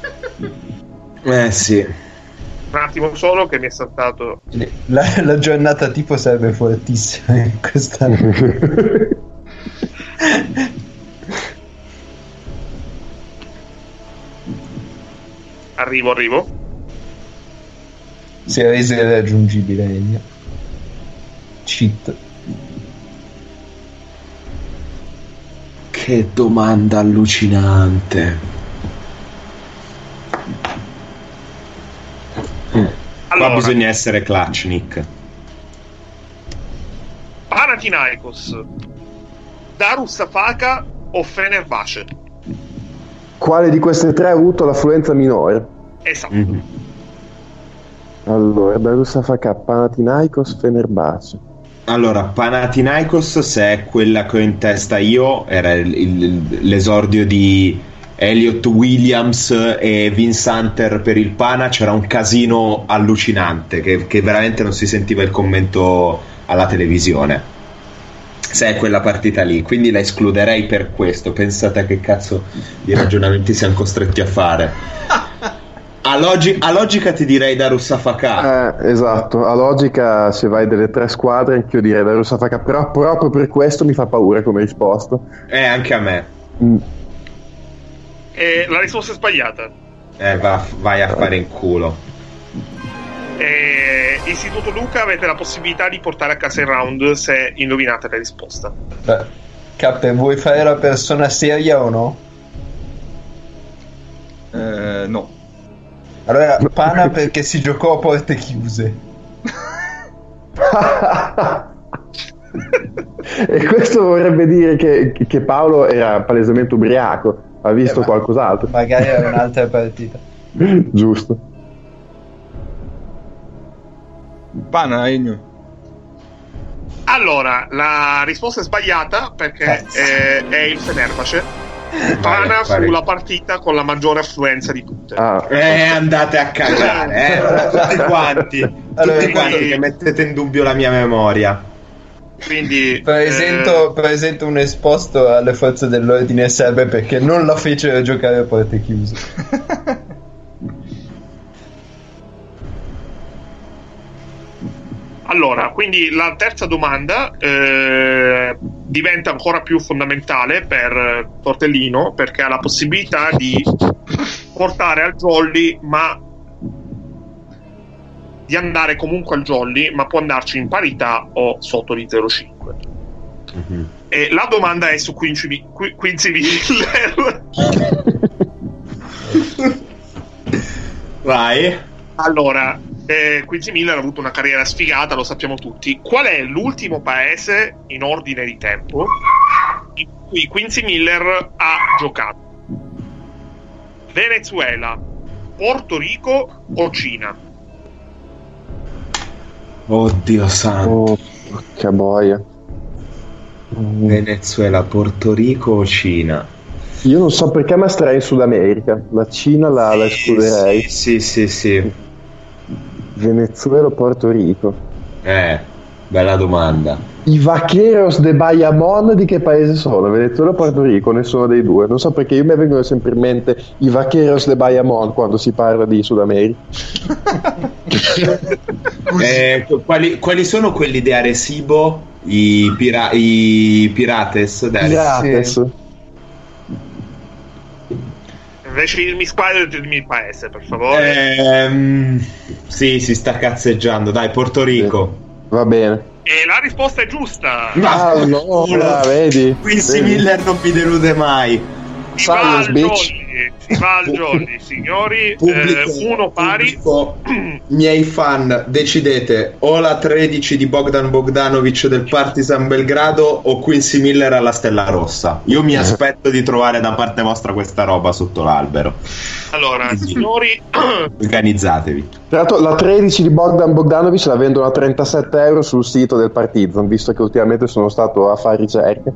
Sì. un attimo solo che mi è saltato. La giornata tipo sarebbe fortissima in questa. Arrivo. Si è reso irraggiungibile. Cheat. Che domanda allucinante. Allora, Qua bisogna essere clutch, Nick. Panathinaikos, Darussafaka o Fenerbahce? Quale di queste 3 ha avuto l'affluenza minore? Esatto. Mm-hmm. Allora, Darussafaka, Panathinaikos, Fenerbahce. Allora, Panathinaikos, se è quella che ho in testa io, era l'esordio di Elliott Williams e Vince Hunter per il Pana. C'era un casino allucinante che veramente non si sentiva il commento alla televisione, se è quella partita lì, quindi la escluderei per questo. Pensate a che cazzo di ragionamenti siamo costretti a fare. A logica ti direi Darussafaka. Esatto, a logica se vai delle 3 squadre anch'io direi Darussafaka, però proprio per questo mi fa paura come risposta. Anche a me. La risposta è sbagliata. Vai a fare in culo. Istituto Luca, avete la possibilità di portare a casa il round se indovinate la risposta. K, vuoi fare la persona seria o no? No. Allora, Pana perché si giocò a porte chiuse. E questo vorrebbe dire che Paolo era palesemente ubriaco, ha visto qualcos'altro. Magari era un'altra partita. Giusto. Pana, Ennio. Allora, la risposta è sbagliata perché è il Fenerbahce. Pana fu la partita con la maggiore affluenza di tutte. Andate a cagare, tutti quanti che mettete in dubbio la mia memoria. Quindi presento un esposto alle forze dell'ordine serbe perché non la fecero giocare a porte chiuse. Allora, quindi la terza domanda diventa ancora più fondamentale per Tortellino perché ha la possibilità di portare al jolly, ma di andare comunque al jolly, ma può andarci in parità o sotto di 0,5. E la domanda è su Quincy Miller. Vai. Allora, Quincy Miller ha avuto una carriera sfigata, lo sappiamo tutti. Qual è l'ultimo paese in ordine di tempo in cui Quincy Miller ha giocato? Venezuela, Porto Rico o Cina? Oddio santo. Oh, che boia. Venezuela, Porto Rico o Cina? Io non so perché, ma starei in Sud America. La Cina la escluderei. Sì. Venezuela o Porto Rico? Bella domanda. I Vaqueros de Bayamón di che paese sono? Venezuela o Porto Rico? Nessuno dei due. Non so perché, io mi vengono sempre in mente i Vaqueros de Bayamón quando si parla di Sud America. Quali sono quelli di Arecibo? I Pirates? Pirates. Sì. Invece di dirmi squadra, dirmi il paese, per favore. Sì, si sta cazzeggiando. Dai, Porto Rico. Va bene. E la risposta è giusta. Allora, vedi? Quincy Miller non mi delude mai. Si va al jolly, signori. Uno pari. Miei fan, decidete o la 13 di Bogdan Bogdanovic del Partizan Belgrado o Quincy Miller alla Stella Rossa. Io mi aspetto di trovare da parte vostra questa roba sotto l'albero. Allora, signori, organizzatevi. Tra l'altro la 13 di Bogdan Bogdanovic la vendono a 37 euro sul sito del Partizan, visto che ultimamente sono stato a fare ricerche.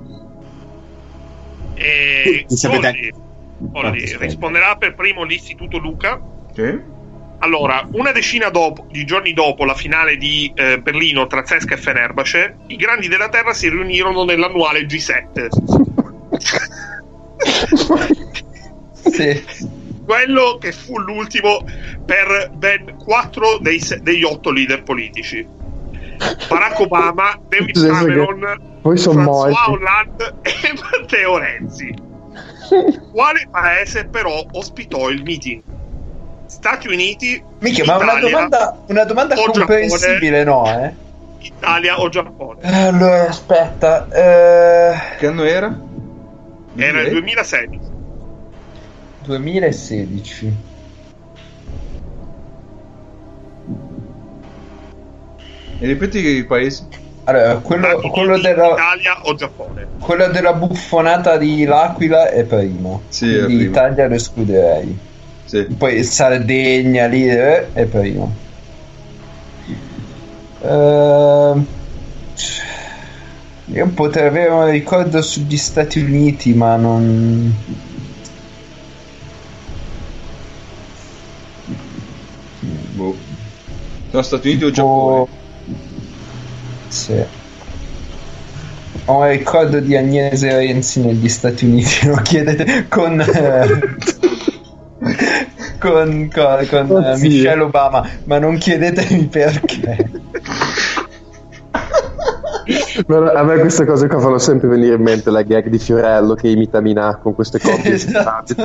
Olli, risponderà per primo l'Istituto Luca. Sì. Allora, una decina di giorni dopo la finale di Berlino tra CSKA e Fenerbahce, i grandi della terra si riunirono nell'annuale G7. Sì. Quello che fu l'ultimo per ben 4 degli 8 leader politici: Barack Obama, David Cameron, poi sono François morti. Hollande e Matteo Renzi. Quale paese però ospitò il meeting? Stati Uniti, Mica, ma una domanda o comprensibile, Giappone? no? Italia o Giappone? Allora, aspetta. Che anno era? Era il 2016. 2016. E ripeti i paesi? Allora, quello della Italia o Giappone? Quello della buffonata di L'Aquila è primo. Sì, è quindi primo. Italia lo escluderei. Sì. Poi Sardegna lì è primo. Io potrei avere un ricordo sugli Stati Uniti, ma non. Boh. Sono Stati Uniti o Giappone? Sì. Ho un ricordo di Agnese Renzi negli Stati Uniti, lo chiedete con Michelle Obama, ma non chiedetemi perché. A me queste cose qua fanno sempre venire in mente la gag di Fiorello che imita Minà con queste coppie. Esatto.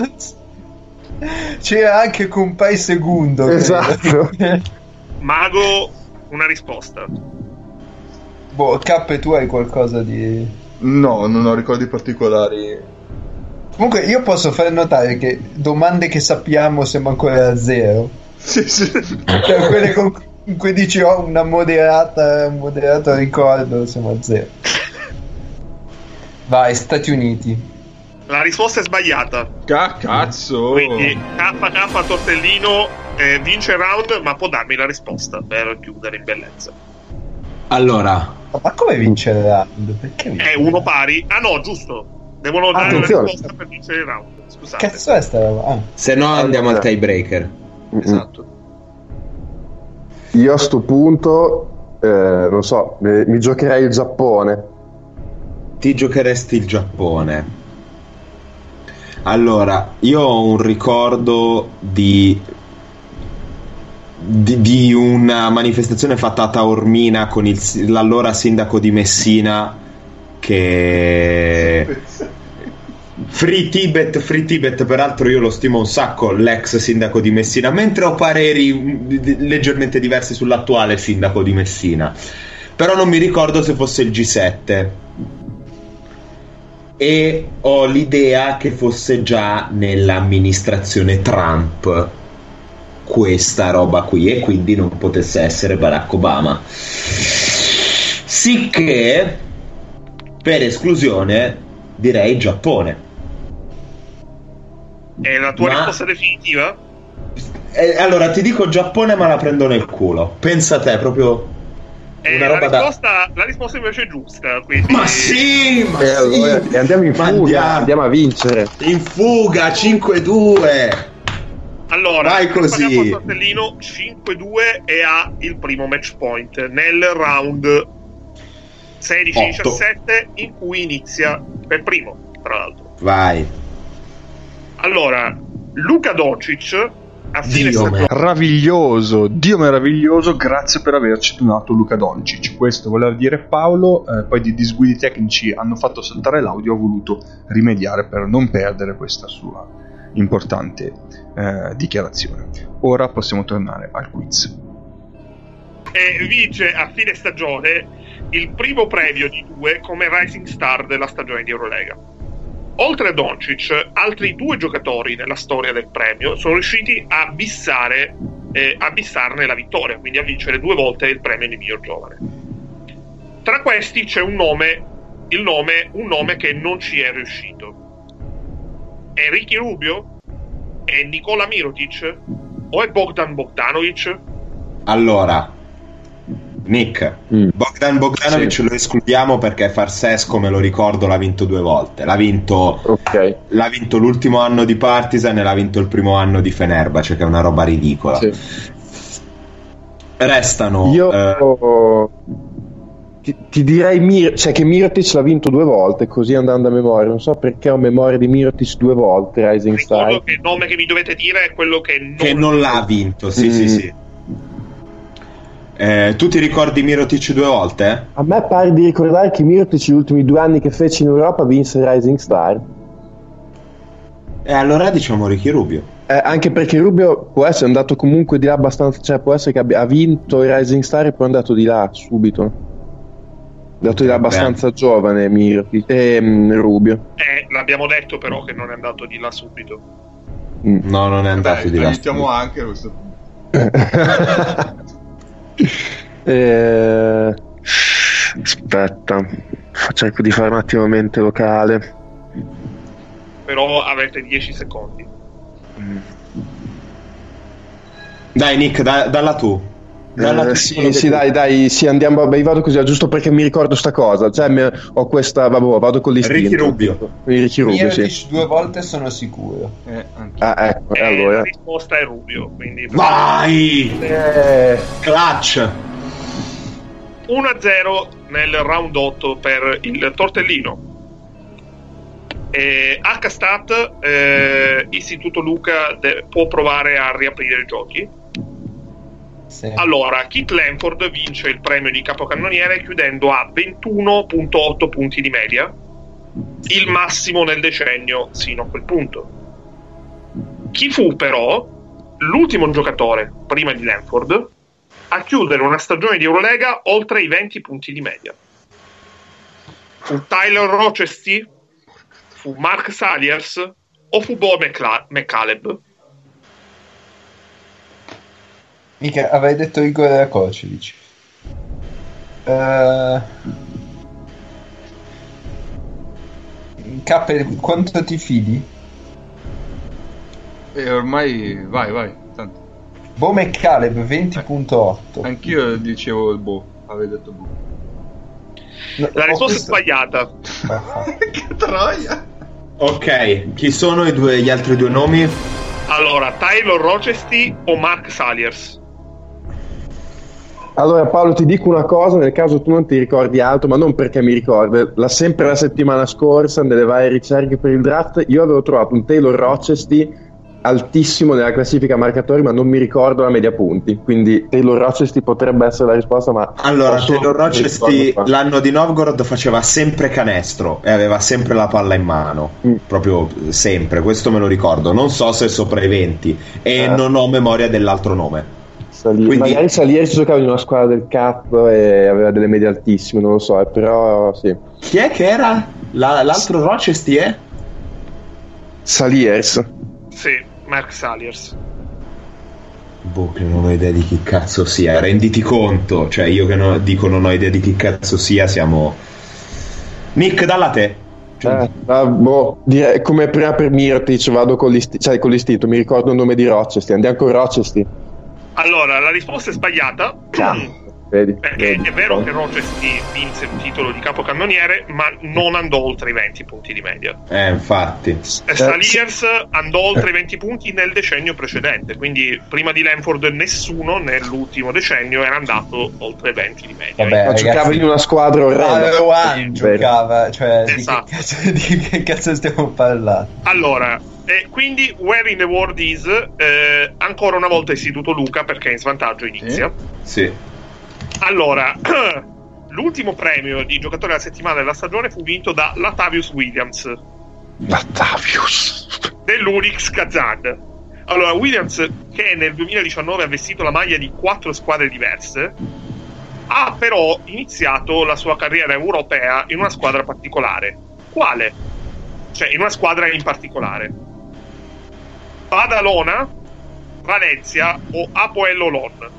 C'era anche con Pai Segundo. Esatto. Mago, una risposta. Boh, K, tu hai qualcosa di... No, non ho ricordi particolari. Comunque io posso far notare che domande che sappiamo siamo ancora a zero. Sì. Cioè quelle in cui dici ho un moderato ricordo, siamo a zero. Vai, Stati Uniti. La risposta è sbagliata. Cazzo. Quindi KK Tortellino vince il round, ma può darmi la risposta per chiudere in bellezza. Allora, Ma come vincere il round? Perché È uno pari. Ah no, giusto. Devono dare Attenzione. la risposta per vincere il round. Scusate. cazzo è sta roba? Ah. se no andiamo al tiebreaker. Esatto. Io a sto punto non so, mi giocherei il Giappone. Ti giocheresti il Giappone. Allora, io ho un ricordo di una manifestazione fatta a Taormina con l'allora sindaco di Messina che Free Tibet, peraltro io lo stimo un sacco, l'ex sindaco di Messina, mentre ho pareri leggermente diversi sull'attuale sindaco di Messina, però non mi ricordo se fosse il G7 e ho l'idea che fosse già nell'amministrazione Trump questa roba qui e quindi non potesse essere Barack Obama, sicché per esclusione direi Giappone. È la tua risposta definitiva? Allora ti dico Giappone, ma la prendo nel culo. Pensa a te, proprio una roba la risposta invece è giusta, quindi... Ma sì, ma sì. Allora, andiamo in fuga, andiamo a vincere. In fuga, 5-2. Allora, vai così. Il cartellino 5-2 e ha il primo match point nel round 16-17 in cui inizia per primo, tra l'altro. Vai. Allora, Luka Doncic a fine Dio meraviglioso, grazie per averci donato Luka Doncic. Questo voleva dire Paolo, poi di disguidi tecnici hanno fatto saltare l'audio, ho voluto rimediare per non perdere questa sua importante dichiarazione. Ora possiamo tornare al quiz. E vince a fine stagione il primo premio di 2 come Rising Star della stagione di Eurolega. Oltre a Doncic, altri 2 giocatori nella storia del premio sono riusciti a bissarne la vittoria, quindi a vincere 2 volte il premio di miglior giovane. Tra questi c'è un nome che non ci è riuscito. È Ricky Rubio? È Nikola Mirotic? O è Bogdan Bogdanovic? Allora, Nick, Bogdan Bogdanovic sì. Lo escludiamo perché Farsesco, me lo ricordo, l'ha vinto 2 volte. L'ha vinto l'ultimo anno di Partizan e l'ha vinto il primo anno di Fenerbahce, che è una roba ridicola. Sì. Restano io ti direi che Mirotic l'ha vinto 2 volte, così andando a memoria. Non so perché ho memoria di Mirotic 2 volte. Rising Star. Ricordo che il nome che mi dovete dire è quello che non l'ha vinto. Sì. Tu ti ricordi Mirotic 2 volte? A me pare di ricordare che Mirotic gli ultimi 2 anni che fece in Europa vinse Rising Star. E allora diciamo Ricky Rubio. Anche perché Rubio può essere andato comunque di là abbastanza, cioè può essere che ha vinto il Rising Star e poi è andato di là subito. È andato di là abbastanza giovane Rubio. L'abbiamo detto però che non è andato di là subito. No, non è andato di là. Aiutiamo anche a questo punto. Aspetta, cerco di fare un attimo mente locale. Però avete 10 secondi. Dai Nick, dalla tu. Sì, dai, andiamo. Beh, vado così, giusto perché mi ricordo sta cosa. Cioè, ho questa. Vado con l'istinto. Ricky Rubio. Sì. 2 volte sono sicuro. Ecco, allora. La risposta è Rubio. Quindi vai! Clutch 1-0 nel round 8 per il tortellino. H-Stat, Istituto Luca può provare a riaprire i giochi. Sì. Allora, Kit Lanford vince il premio di capocannoniere chiudendo a 21.8 punti di media, il massimo nel decennio sino a quel punto. Chi fu però l'ultimo giocatore prima di Lanford a chiudere una stagione di Eurolega oltre i 20 punti di media? Fu Tyler Rochester? Fu Mark Saliers? O fu Bo McCaleb? Mica, avevi detto Igor Rakocevic. Quanto ti fidi? Ormai vai tanto. Bo McCaleb 20.8. Anch'io dicevo il Bo, avevi detto Bo. La risposta è sbagliata. Che troia. Ok, chi sono gli altri 2 nomi? Allora, Tyler Rochester o Mark Saliers? Allora Paolo, ti dico una cosa, nel caso tu non ti ricordi altro, ma non perché mi ricordo, sempre la settimana scorsa nelle varie ricerche per il draft io avevo trovato un Taylor Rochester altissimo nella classifica marcatori, ma non mi ricordo la media punti, quindi Taylor Rochesty potrebbe essere la risposta, ma allora Taylor Rochesty l'anno di Novgorod faceva sempre canestro e aveva sempre la palla in mano, proprio sempre, questo me lo ricordo, non so se sopra i 20 e non ho memoria dell'altro nome. Quindi... magari Salieri si giocava in una squadra del cazzo e aveva delle medie altissime, non lo so, però sì. Chi è che era? L'altro Rochesty è? Saliers. Sì, Mark Saliers. Boh, che non ho idea di chi cazzo sia, renditi conto, cioè io che non ho idea di chi cazzo sia, siamo... Nick, dalla te. Direi, come prima per Mirotic vado con l'istinto, mi ricordo il nome di Rochesty, andiamo con Rochesty. Allora, la risposta è sbagliata. Vedi. È vero che Rochesty vinse il titolo di capocannoniere, ma non andò oltre i 20 punti di media. Infatti. Saliers andò oltre i 20 punti nel decennio precedente, quindi prima di Lanford nessuno nell'ultimo decennio era andato oltre i 20 di media. Vabbè, ma giocava in una squadra orrenda. Giocava, cioè esatto. di che cazzo stiamo parlando? Allora, quindi Where in the World is ancora una volta istituto Luca, perché in svantaggio inizia. Sì. Allora, l'ultimo premio di giocatore della settimana della stagione fu vinto da Latavius Williams. Dell'Unix Kazan. Allora, Williams, che nel 2019 ha vestito la maglia di 4 squadre diverse, ha però iniziato la sua carriera europea in una squadra particolare. Quale? Cioè, in una squadra in particolare. Badalona, Valencia o Apoel Olon?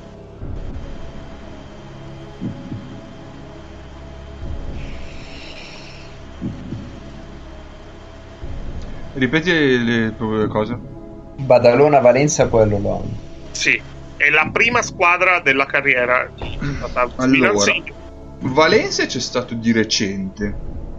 Ripeti le cose. Badalona, Valencia, poi Lolon. Sì, è la prima squadra della carriera di allora, Valencia c'è stato di recente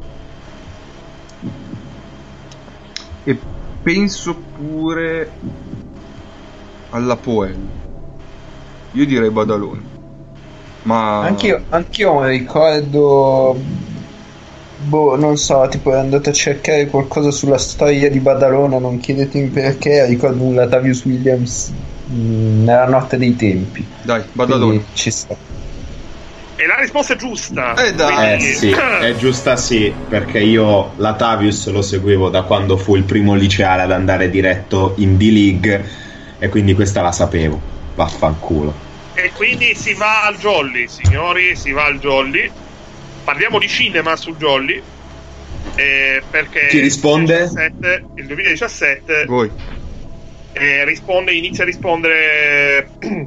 e penso pure alla Poel. Io direi Badalona, ma anch'io mi ricordo. Boh, non so, tipo è andato a cercare qualcosa sulla storia di Badalona, non chiedetemi perché, ricordo un Latavius Williams nella notte dei tempi. Dai, Badalona. Ci sta. E la risposta è giusta. Dai. Sì, è giusta sì, perché io Latavius lo seguivo da quando fu il primo liceale ad andare diretto in D-League e quindi questa la sapevo. Vaffanculo. E quindi si va al Jolly, signori, si va al Jolly. Parliamo di cinema su Jolly, perché chi risponde? Il 2017 voi. Inizia a rispondere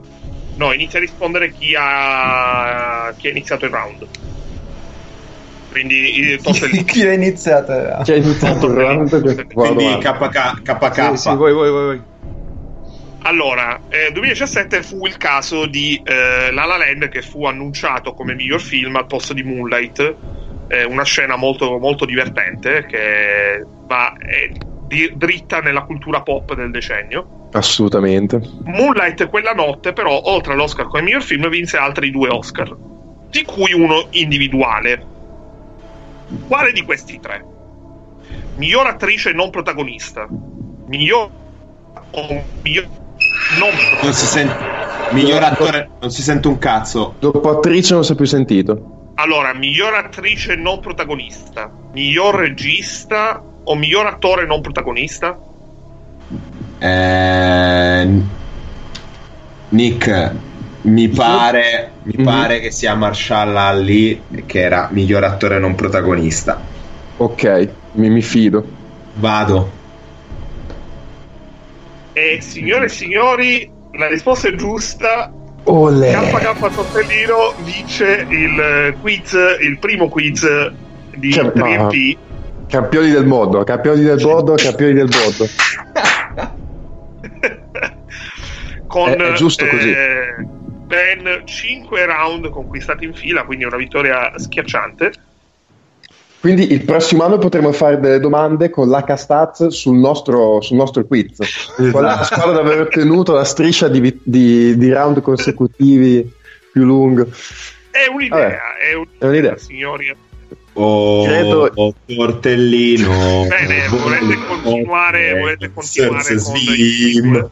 chi ha iniziato il round. Quindi chi ha iniziato il round? Quindi KK. Sì, voi. Allora, 2017 fu il caso di La La Land, che fu annunciato come miglior film al posto di Moonlight, una scena molto, molto divertente che va dritta nella cultura pop del decennio. Assolutamente. Moonlight quella notte però, oltre all'Oscar come miglior film, vinse altri 2 Oscar, di cui uno individuale. Quale di questi 3? Miglior attrice non protagonista, miglior non si sente. Miglior attore non si sente un cazzo. Dopo attrice non si è più sentito. Allora, miglior attrice non protagonista, miglior regista o miglior attore non protagonista? Nick, mi pare che sia Marshall Ali che era miglior attore non protagonista. Ok, mi fido. Vado. E signore e signori, la risposta è giusta. Olè. KK Tortellino vince il primo quiz di 3MP. Campioni del mondo. Con è giusto così. Ben 5 round conquistati in fila, quindi una vittoria schiacciante. Quindi il prossimo anno potremo fare delle domande con l'H-Stats sul nostro quiz. Qual è la squadra ad aver ottenuto la striscia di round consecutivi più lungo? È un'idea, signori. Credo- o tortellino. Bene, volete continuare con Slim.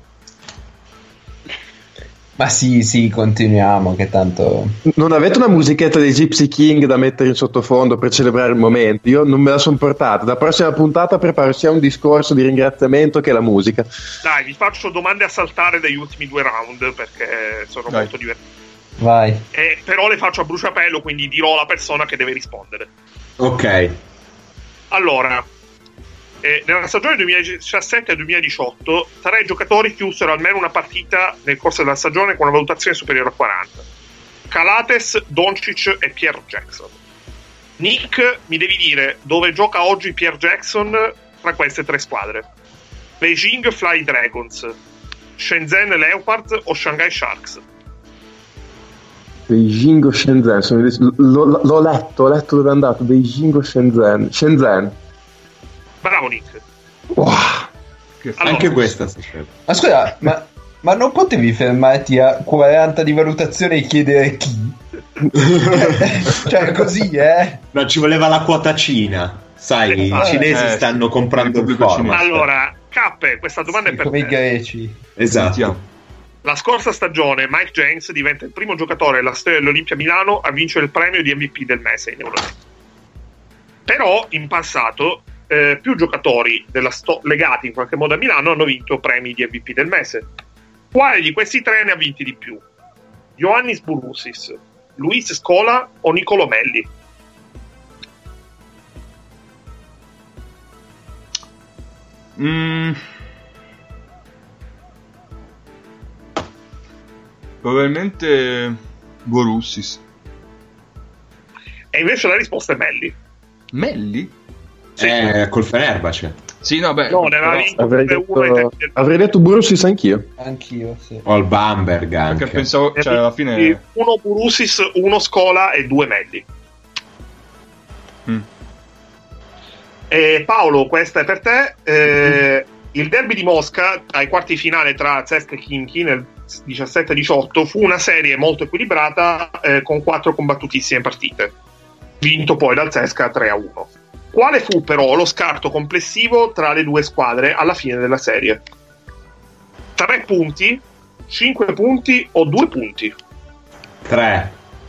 Ma sì, continuiamo, che tanto... Non avete una musichetta dei Gypsy King da mettere in sottofondo per celebrare il momento? Io non me la sono portata. La prossima puntata preparo sia un discorso di ringraziamento che la musica. Dai, vi faccio domande a saltare dagli ultimi 2 round perché sono Dai. molto divertenti. Vai. Però le faccio a bruciapelo, quindi dirò alla persona che deve rispondere. Ok. Allora, nella stagione 2017-2018 3 giocatori chiusero almeno una partita nel corso della stagione con una valutazione superiore a 40: Calates, Doncic e Pierre Jackson. Nick, mi devi dire dove gioca oggi Pierre Jackson tra queste 3 squadre: Beijing Fly Dragons, Shenzhen Leopards o Shanghai Sharks? Beijing o Shenzhen? L'ho letto dove è andato. Beijing o Shenzhen? Shenzhen. Bravo Nick. Wow. Allora, Anche questa si ferma. Ma scusa, ma non potevi fermarti a 40 di valutazione e chiedere chi? Cioè così, No, ci voleva la quotacina. Sai, i cinesi stanno comprando il pubblico format. allora, Cappe, questa domanda è per come i te. greci. Esatto. Sentiamo. La scorsa stagione Mike James diventa il primo giocatore della storia dell'Olimpia Milano a vincere il premio di MVP del mese in Europa. Però in passato più giocatori legati in qualche modo a Milano hanno vinto premi di MVP del mese. Quale di questi 3 ne ha vinti di più? Ioannis Bourousis, Luis Scola o Niccolò Melli? Probabilmente Borussis. E invece la risposta è Melli. Melli? Sì. Col Fenerbahce. Sì, no, beh. No, ne aveva vinto Avrei detto Borussis anch'io. Anch'io, sì. O il Bamberg anche. Perché pensavo, cioè alla fine. 1 Bourousis, 1 Scola e 2 Melli. Paolo, questa è per te. Il derby di Mosca ai quarti di finale tra CSKA e Khimki nel 17-18 fu una serie molto equilibrata con 4 combattutissime partite, vinto poi dal CSKA 3-1. Quale fu però lo scarto complessivo tra le due squadre alla fine della serie? 3 punti, 5 punti o 2 punti? 3.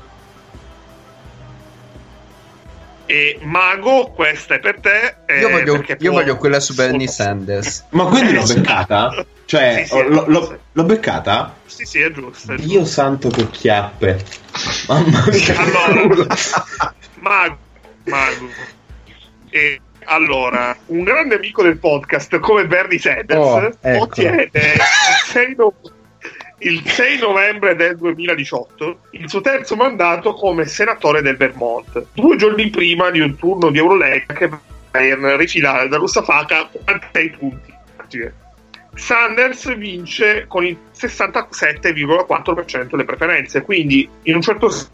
E Mago, questa è per te. Io voglio quella su Bernie Sanders. Ma quindi l'ho beccata? Cioè, Sì, l'ho beccata? Sì, è giusto. Dio santo che chiappe. Mamma mia. Allora, Mago. E allora, un grande amico del podcast come Bernie Sanders ottiene il 6 novembre del 2018 il suo terzo mandato come senatore del Vermont, 2 giorni prima di un turno di Eurolega che va a rifilare da Russafaka 46 punti. Sanders vince con il 67,4% delle preferenze, quindi in un certo senso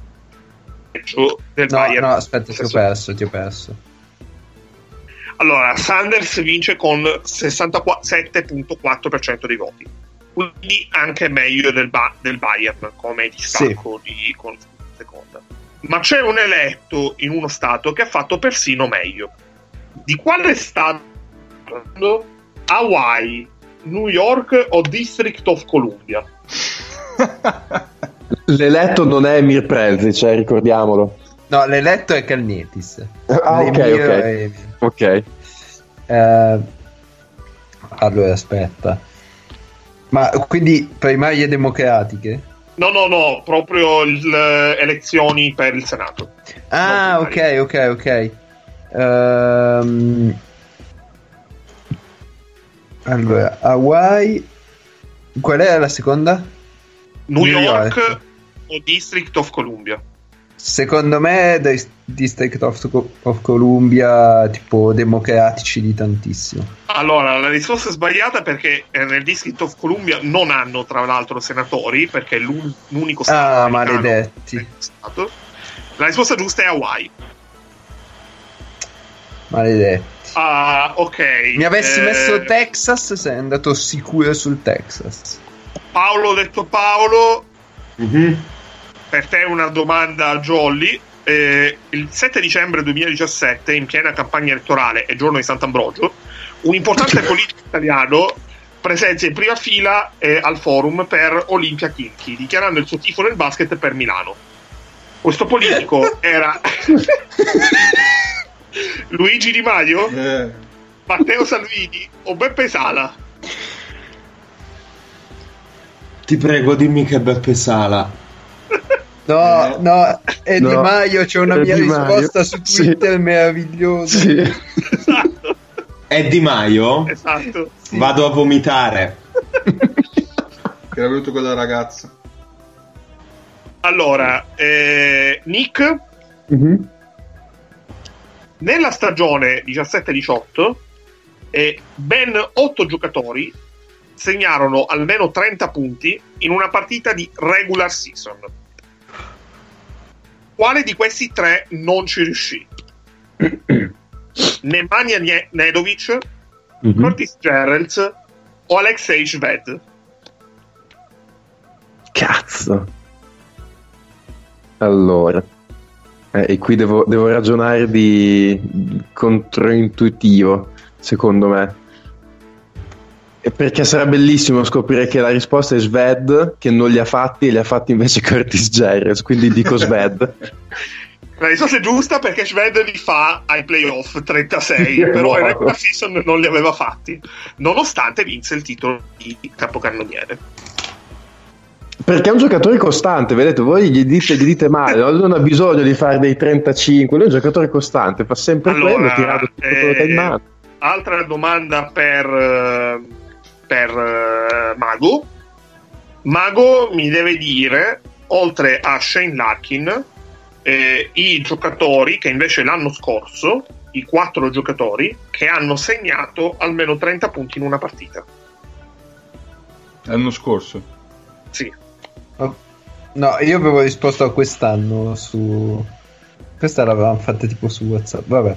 del Bayern. No, aspetta, ti ho perso. Allora, Sanders vince con 67,4% dei voti, quindi anche meglio del Bayern come distacco con seconda. Ma c'è un eletto in uno stato che ha fatto persino meglio. Di quale stato? Hawaii, New York o District of Columbia? L'eletto non è Emir Prelzic, ricordiamolo. No, l'eletto è Kalnietis. Ok. Allora, aspetta. Ma quindi primarie democratiche? No, proprio elezioni per il Senato. Ah, ok. Allora, Hawaii. Qual era la seconda? New York o District of Columbia? Secondo me District of Columbia, tipo democratici di tantissimo. Allora, la risposta è sbagliata perché nel District of Columbia non hanno tra l'altro senatori, perché è l'unico stato maledetti. Stato. La risposta giusta è Hawaii. Maledetti. Ok. Mi avessi messo Texas, sei andato sicuro sul Texas. Paolo, detto Paolo. Mm-hmm. Per te una domanda jolly. il 7 dicembre 2017, in piena campagna elettorale e giorno di Sant'Ambrogio, un importante politico italiano presenzia in prima fila al forum per Olimpia Chimchi, dichiarando il suo tifo nel basket per Milano. Questo politico era Luigi Di Maio, Matteo Salvini o Beppe Sala? Ti prego, dimmi che è Beppe Sala. No, è Di Maio, c'è una mia risposta su Twitter meravigliosa. Sì. Esatto. È Di Maio? Esatto. Sì. Vado a vomitare. Che era venuto quella ragazza. Allora, Nick, Mhm. nella stagione 17-18 ben 8 giocatori segnarono almeno 30 punti in una partita di regular season. Quale di questi 3 non ci riuscì? Nemanja Nedovic, Mhm. Curtis Gerrels o Alexei Shved? Cazzo. Allora, e qui devo ragionare di controintuitivo, secondo me. E perché sarà bellissimo scoprire che la risposta è Sved, che non li ha fatti, e li ha fatti invece Curtis Gerrels, quindi dico Sved. La risposta è giusta perché Shved li fa ai playoff 36, però Wow. in regular season non li aveva fatti, nonostante vinse il titolo di capocannoniere. Perché è un giocatore costante, vedete, voi gli dite male, non ha bisogno di fare dei 35, lui è un giocatore costante, fa sempre quello, tirato tutto quello che ha in mano. Altra domanda per Mago. Mago mi deve dire, oltre a Shane Larkin, i giocatori che invece l'anno scorso, i 4 giocatori che hanno segnato almeno 30 punti in una partita. L'anno scorso. Sì. No, io avevo risposto a quest'anno su... Questa l'avevamo fatta tipo su WhatsApp, vabbè.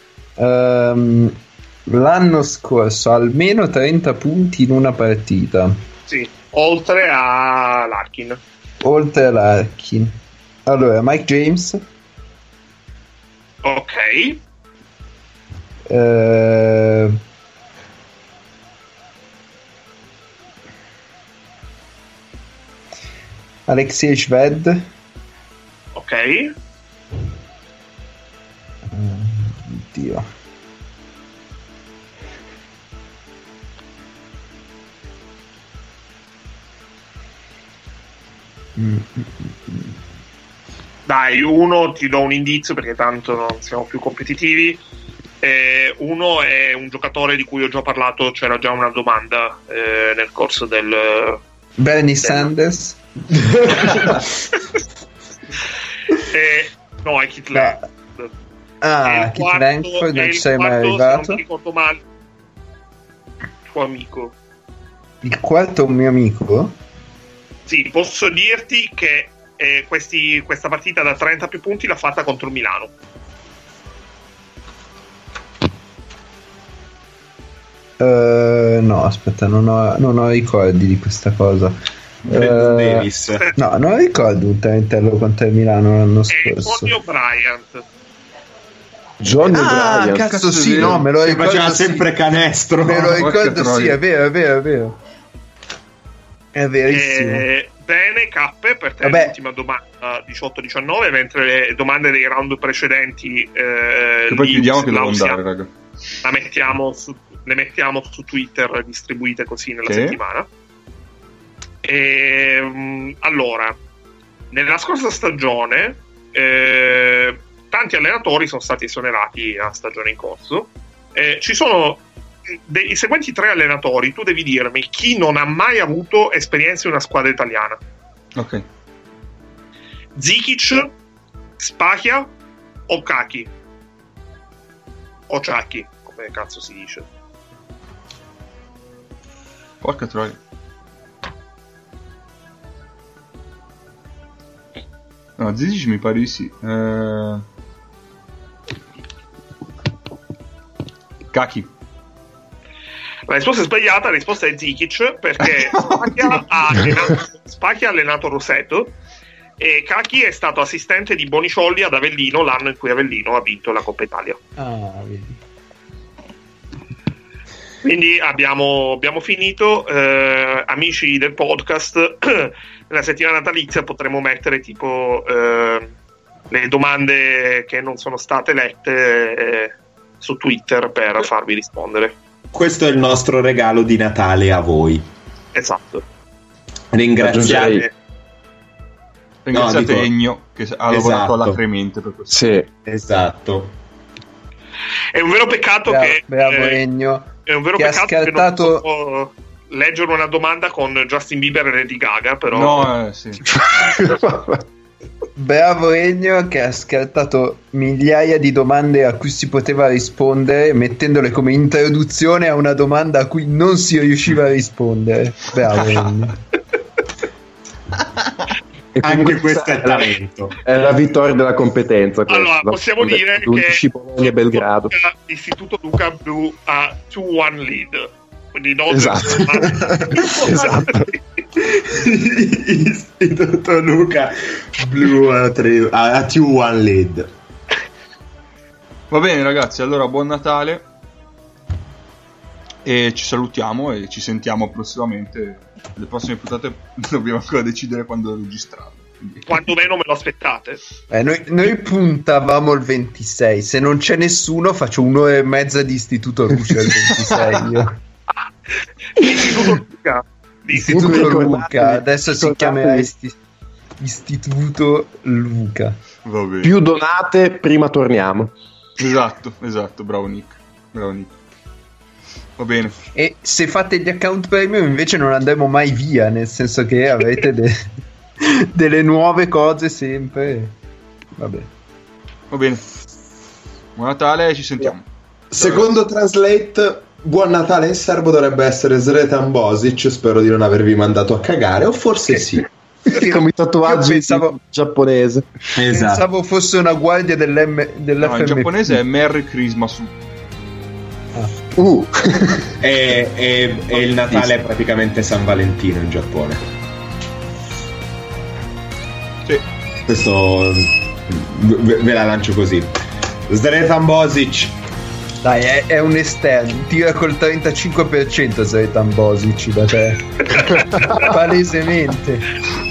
L'anno scorso almeno 30 punti in una partita. Sì, oltre a Larkin. Oltre a Larkin. Allora, Mike James. Ok. Alexei Shved. Ok. Oddio. Dai, uno ti do un indizio perché tanto non siamo più competitivi. Uno è un giocatore di cui ho già parlato, c'era già una domanda nel corso del... Bernie Sanders. No, è Kit Langford. Ah, Kit Langford non ci sei mai arrivato. Se non mi ricordo male, tuo amico. Il quarto è un mio amico. Sì, posso dirti che questa partita da 30 più punti l'ha fatta contro Milano. No, aspetta, non ho ricordi di questa cosa. Brandon Davis. No, non ricordo un talentello contro il Milano l'anno È scorso. Johnny Bryant. Johnny Bryant. Cazzo sì, no, me lo Si ricordo. faceva sì. sempre canestro. Me lo Porca ricordo, sì, troia. è vero. È verissimo. Bene, Cappe, per te Vabbè. l'ultima domanda 18-19, mentre le domande dei round precedenti Che poi chiudiamo che devo andare, raga. le mettiamo su Twitter distribuite così nella Sì. settimana. Allora, nella scorsa stagione tanti allenatori sono stati esonerati a stagione in corso. Ci sono i seguenti 3 allenatori, tu devi dirmi chi non ha mai avuto esperienza in una squadra italiana. Ok. Zikic, Spachia o Kaki? O Ciacchi, come cazzo si dice. Porca troia. No, Zizic mi pare di sì. Kaki. La risposta è sbagliata, la risposta è Zikic, perché Spachia ha allenato Roseto E Cachi è stato assistente di Boniciolli ad Avellino l'anno in cui Avellino ha vinto la Coppa Italia. Vedi. Quindi abbiamo finito. Amici del podcast, nella settimana natalizia potremo mettere tipo le domande che non sono state lette su Twitter per farvi rispondere. Questo è il nostro regalo di Natale a voi. Esatto. Ringraziate Ennio che ha lavorato alacremente per questo. Sì, esatto. È un vero peccato bravo Ennio. È un vero che peccato ha scartato... che non posso leggere una domanda con Justin Bieber e Lady Gaga, però. No, sì. Bravo Ennio che ha scartato migliaia di domande a cui si poteva rispondere, mettendole come introduzione a una domanda a cui non si riusciva a rispondere. Bravo Ennio. Anche questo è talento. È la vittoria della competenza. Allora, possiamo dire che Bologna e Belgrado. l'Istituto Luca Blu ha 2-1 lead. Quindi non Esatto. Istituto Luca Blu a 2-1 lead. Va bene ragazzi, allora buon Natale e ci salutiamo e ci sentiamo prossimamente. Le prossime puntate dobbiamo ancora decidere quando registrare. Quanto meno me lo aspettate. Noi puntavamo il 26. Se non c'è nessuno, faccio un'ora e mezza di Istituto Luca il 26. Io. Istituto Luca. Adesso si chiamerà Istituto Luca. Va bene. Più donate, prima torniamo. Esatto, bravo Nick. Va bene. E se fate gli account premium invece non andremo mai via, nel senso che avrete delle nuove cose sempre. Va bene. Buon Natale e ci sentiamo. Secondo Translate, buon Natale in serbo dovrebbe essere Zlatan Bosic. Spero di non avervi mandato a cagare, o forse sì. Come i tatuaggi giapponese. Esatto. Pensavo fosse una guardia dell'FMP. No, in giapponese è Merry Christmas. E il Natale è praticamente San Valentino in Giappone. Sì. Questo ve la lancio così. Zlatan Bosic. Dai, è un esterno. Tira col 35% Zlatan Bosic da te. Palesemente.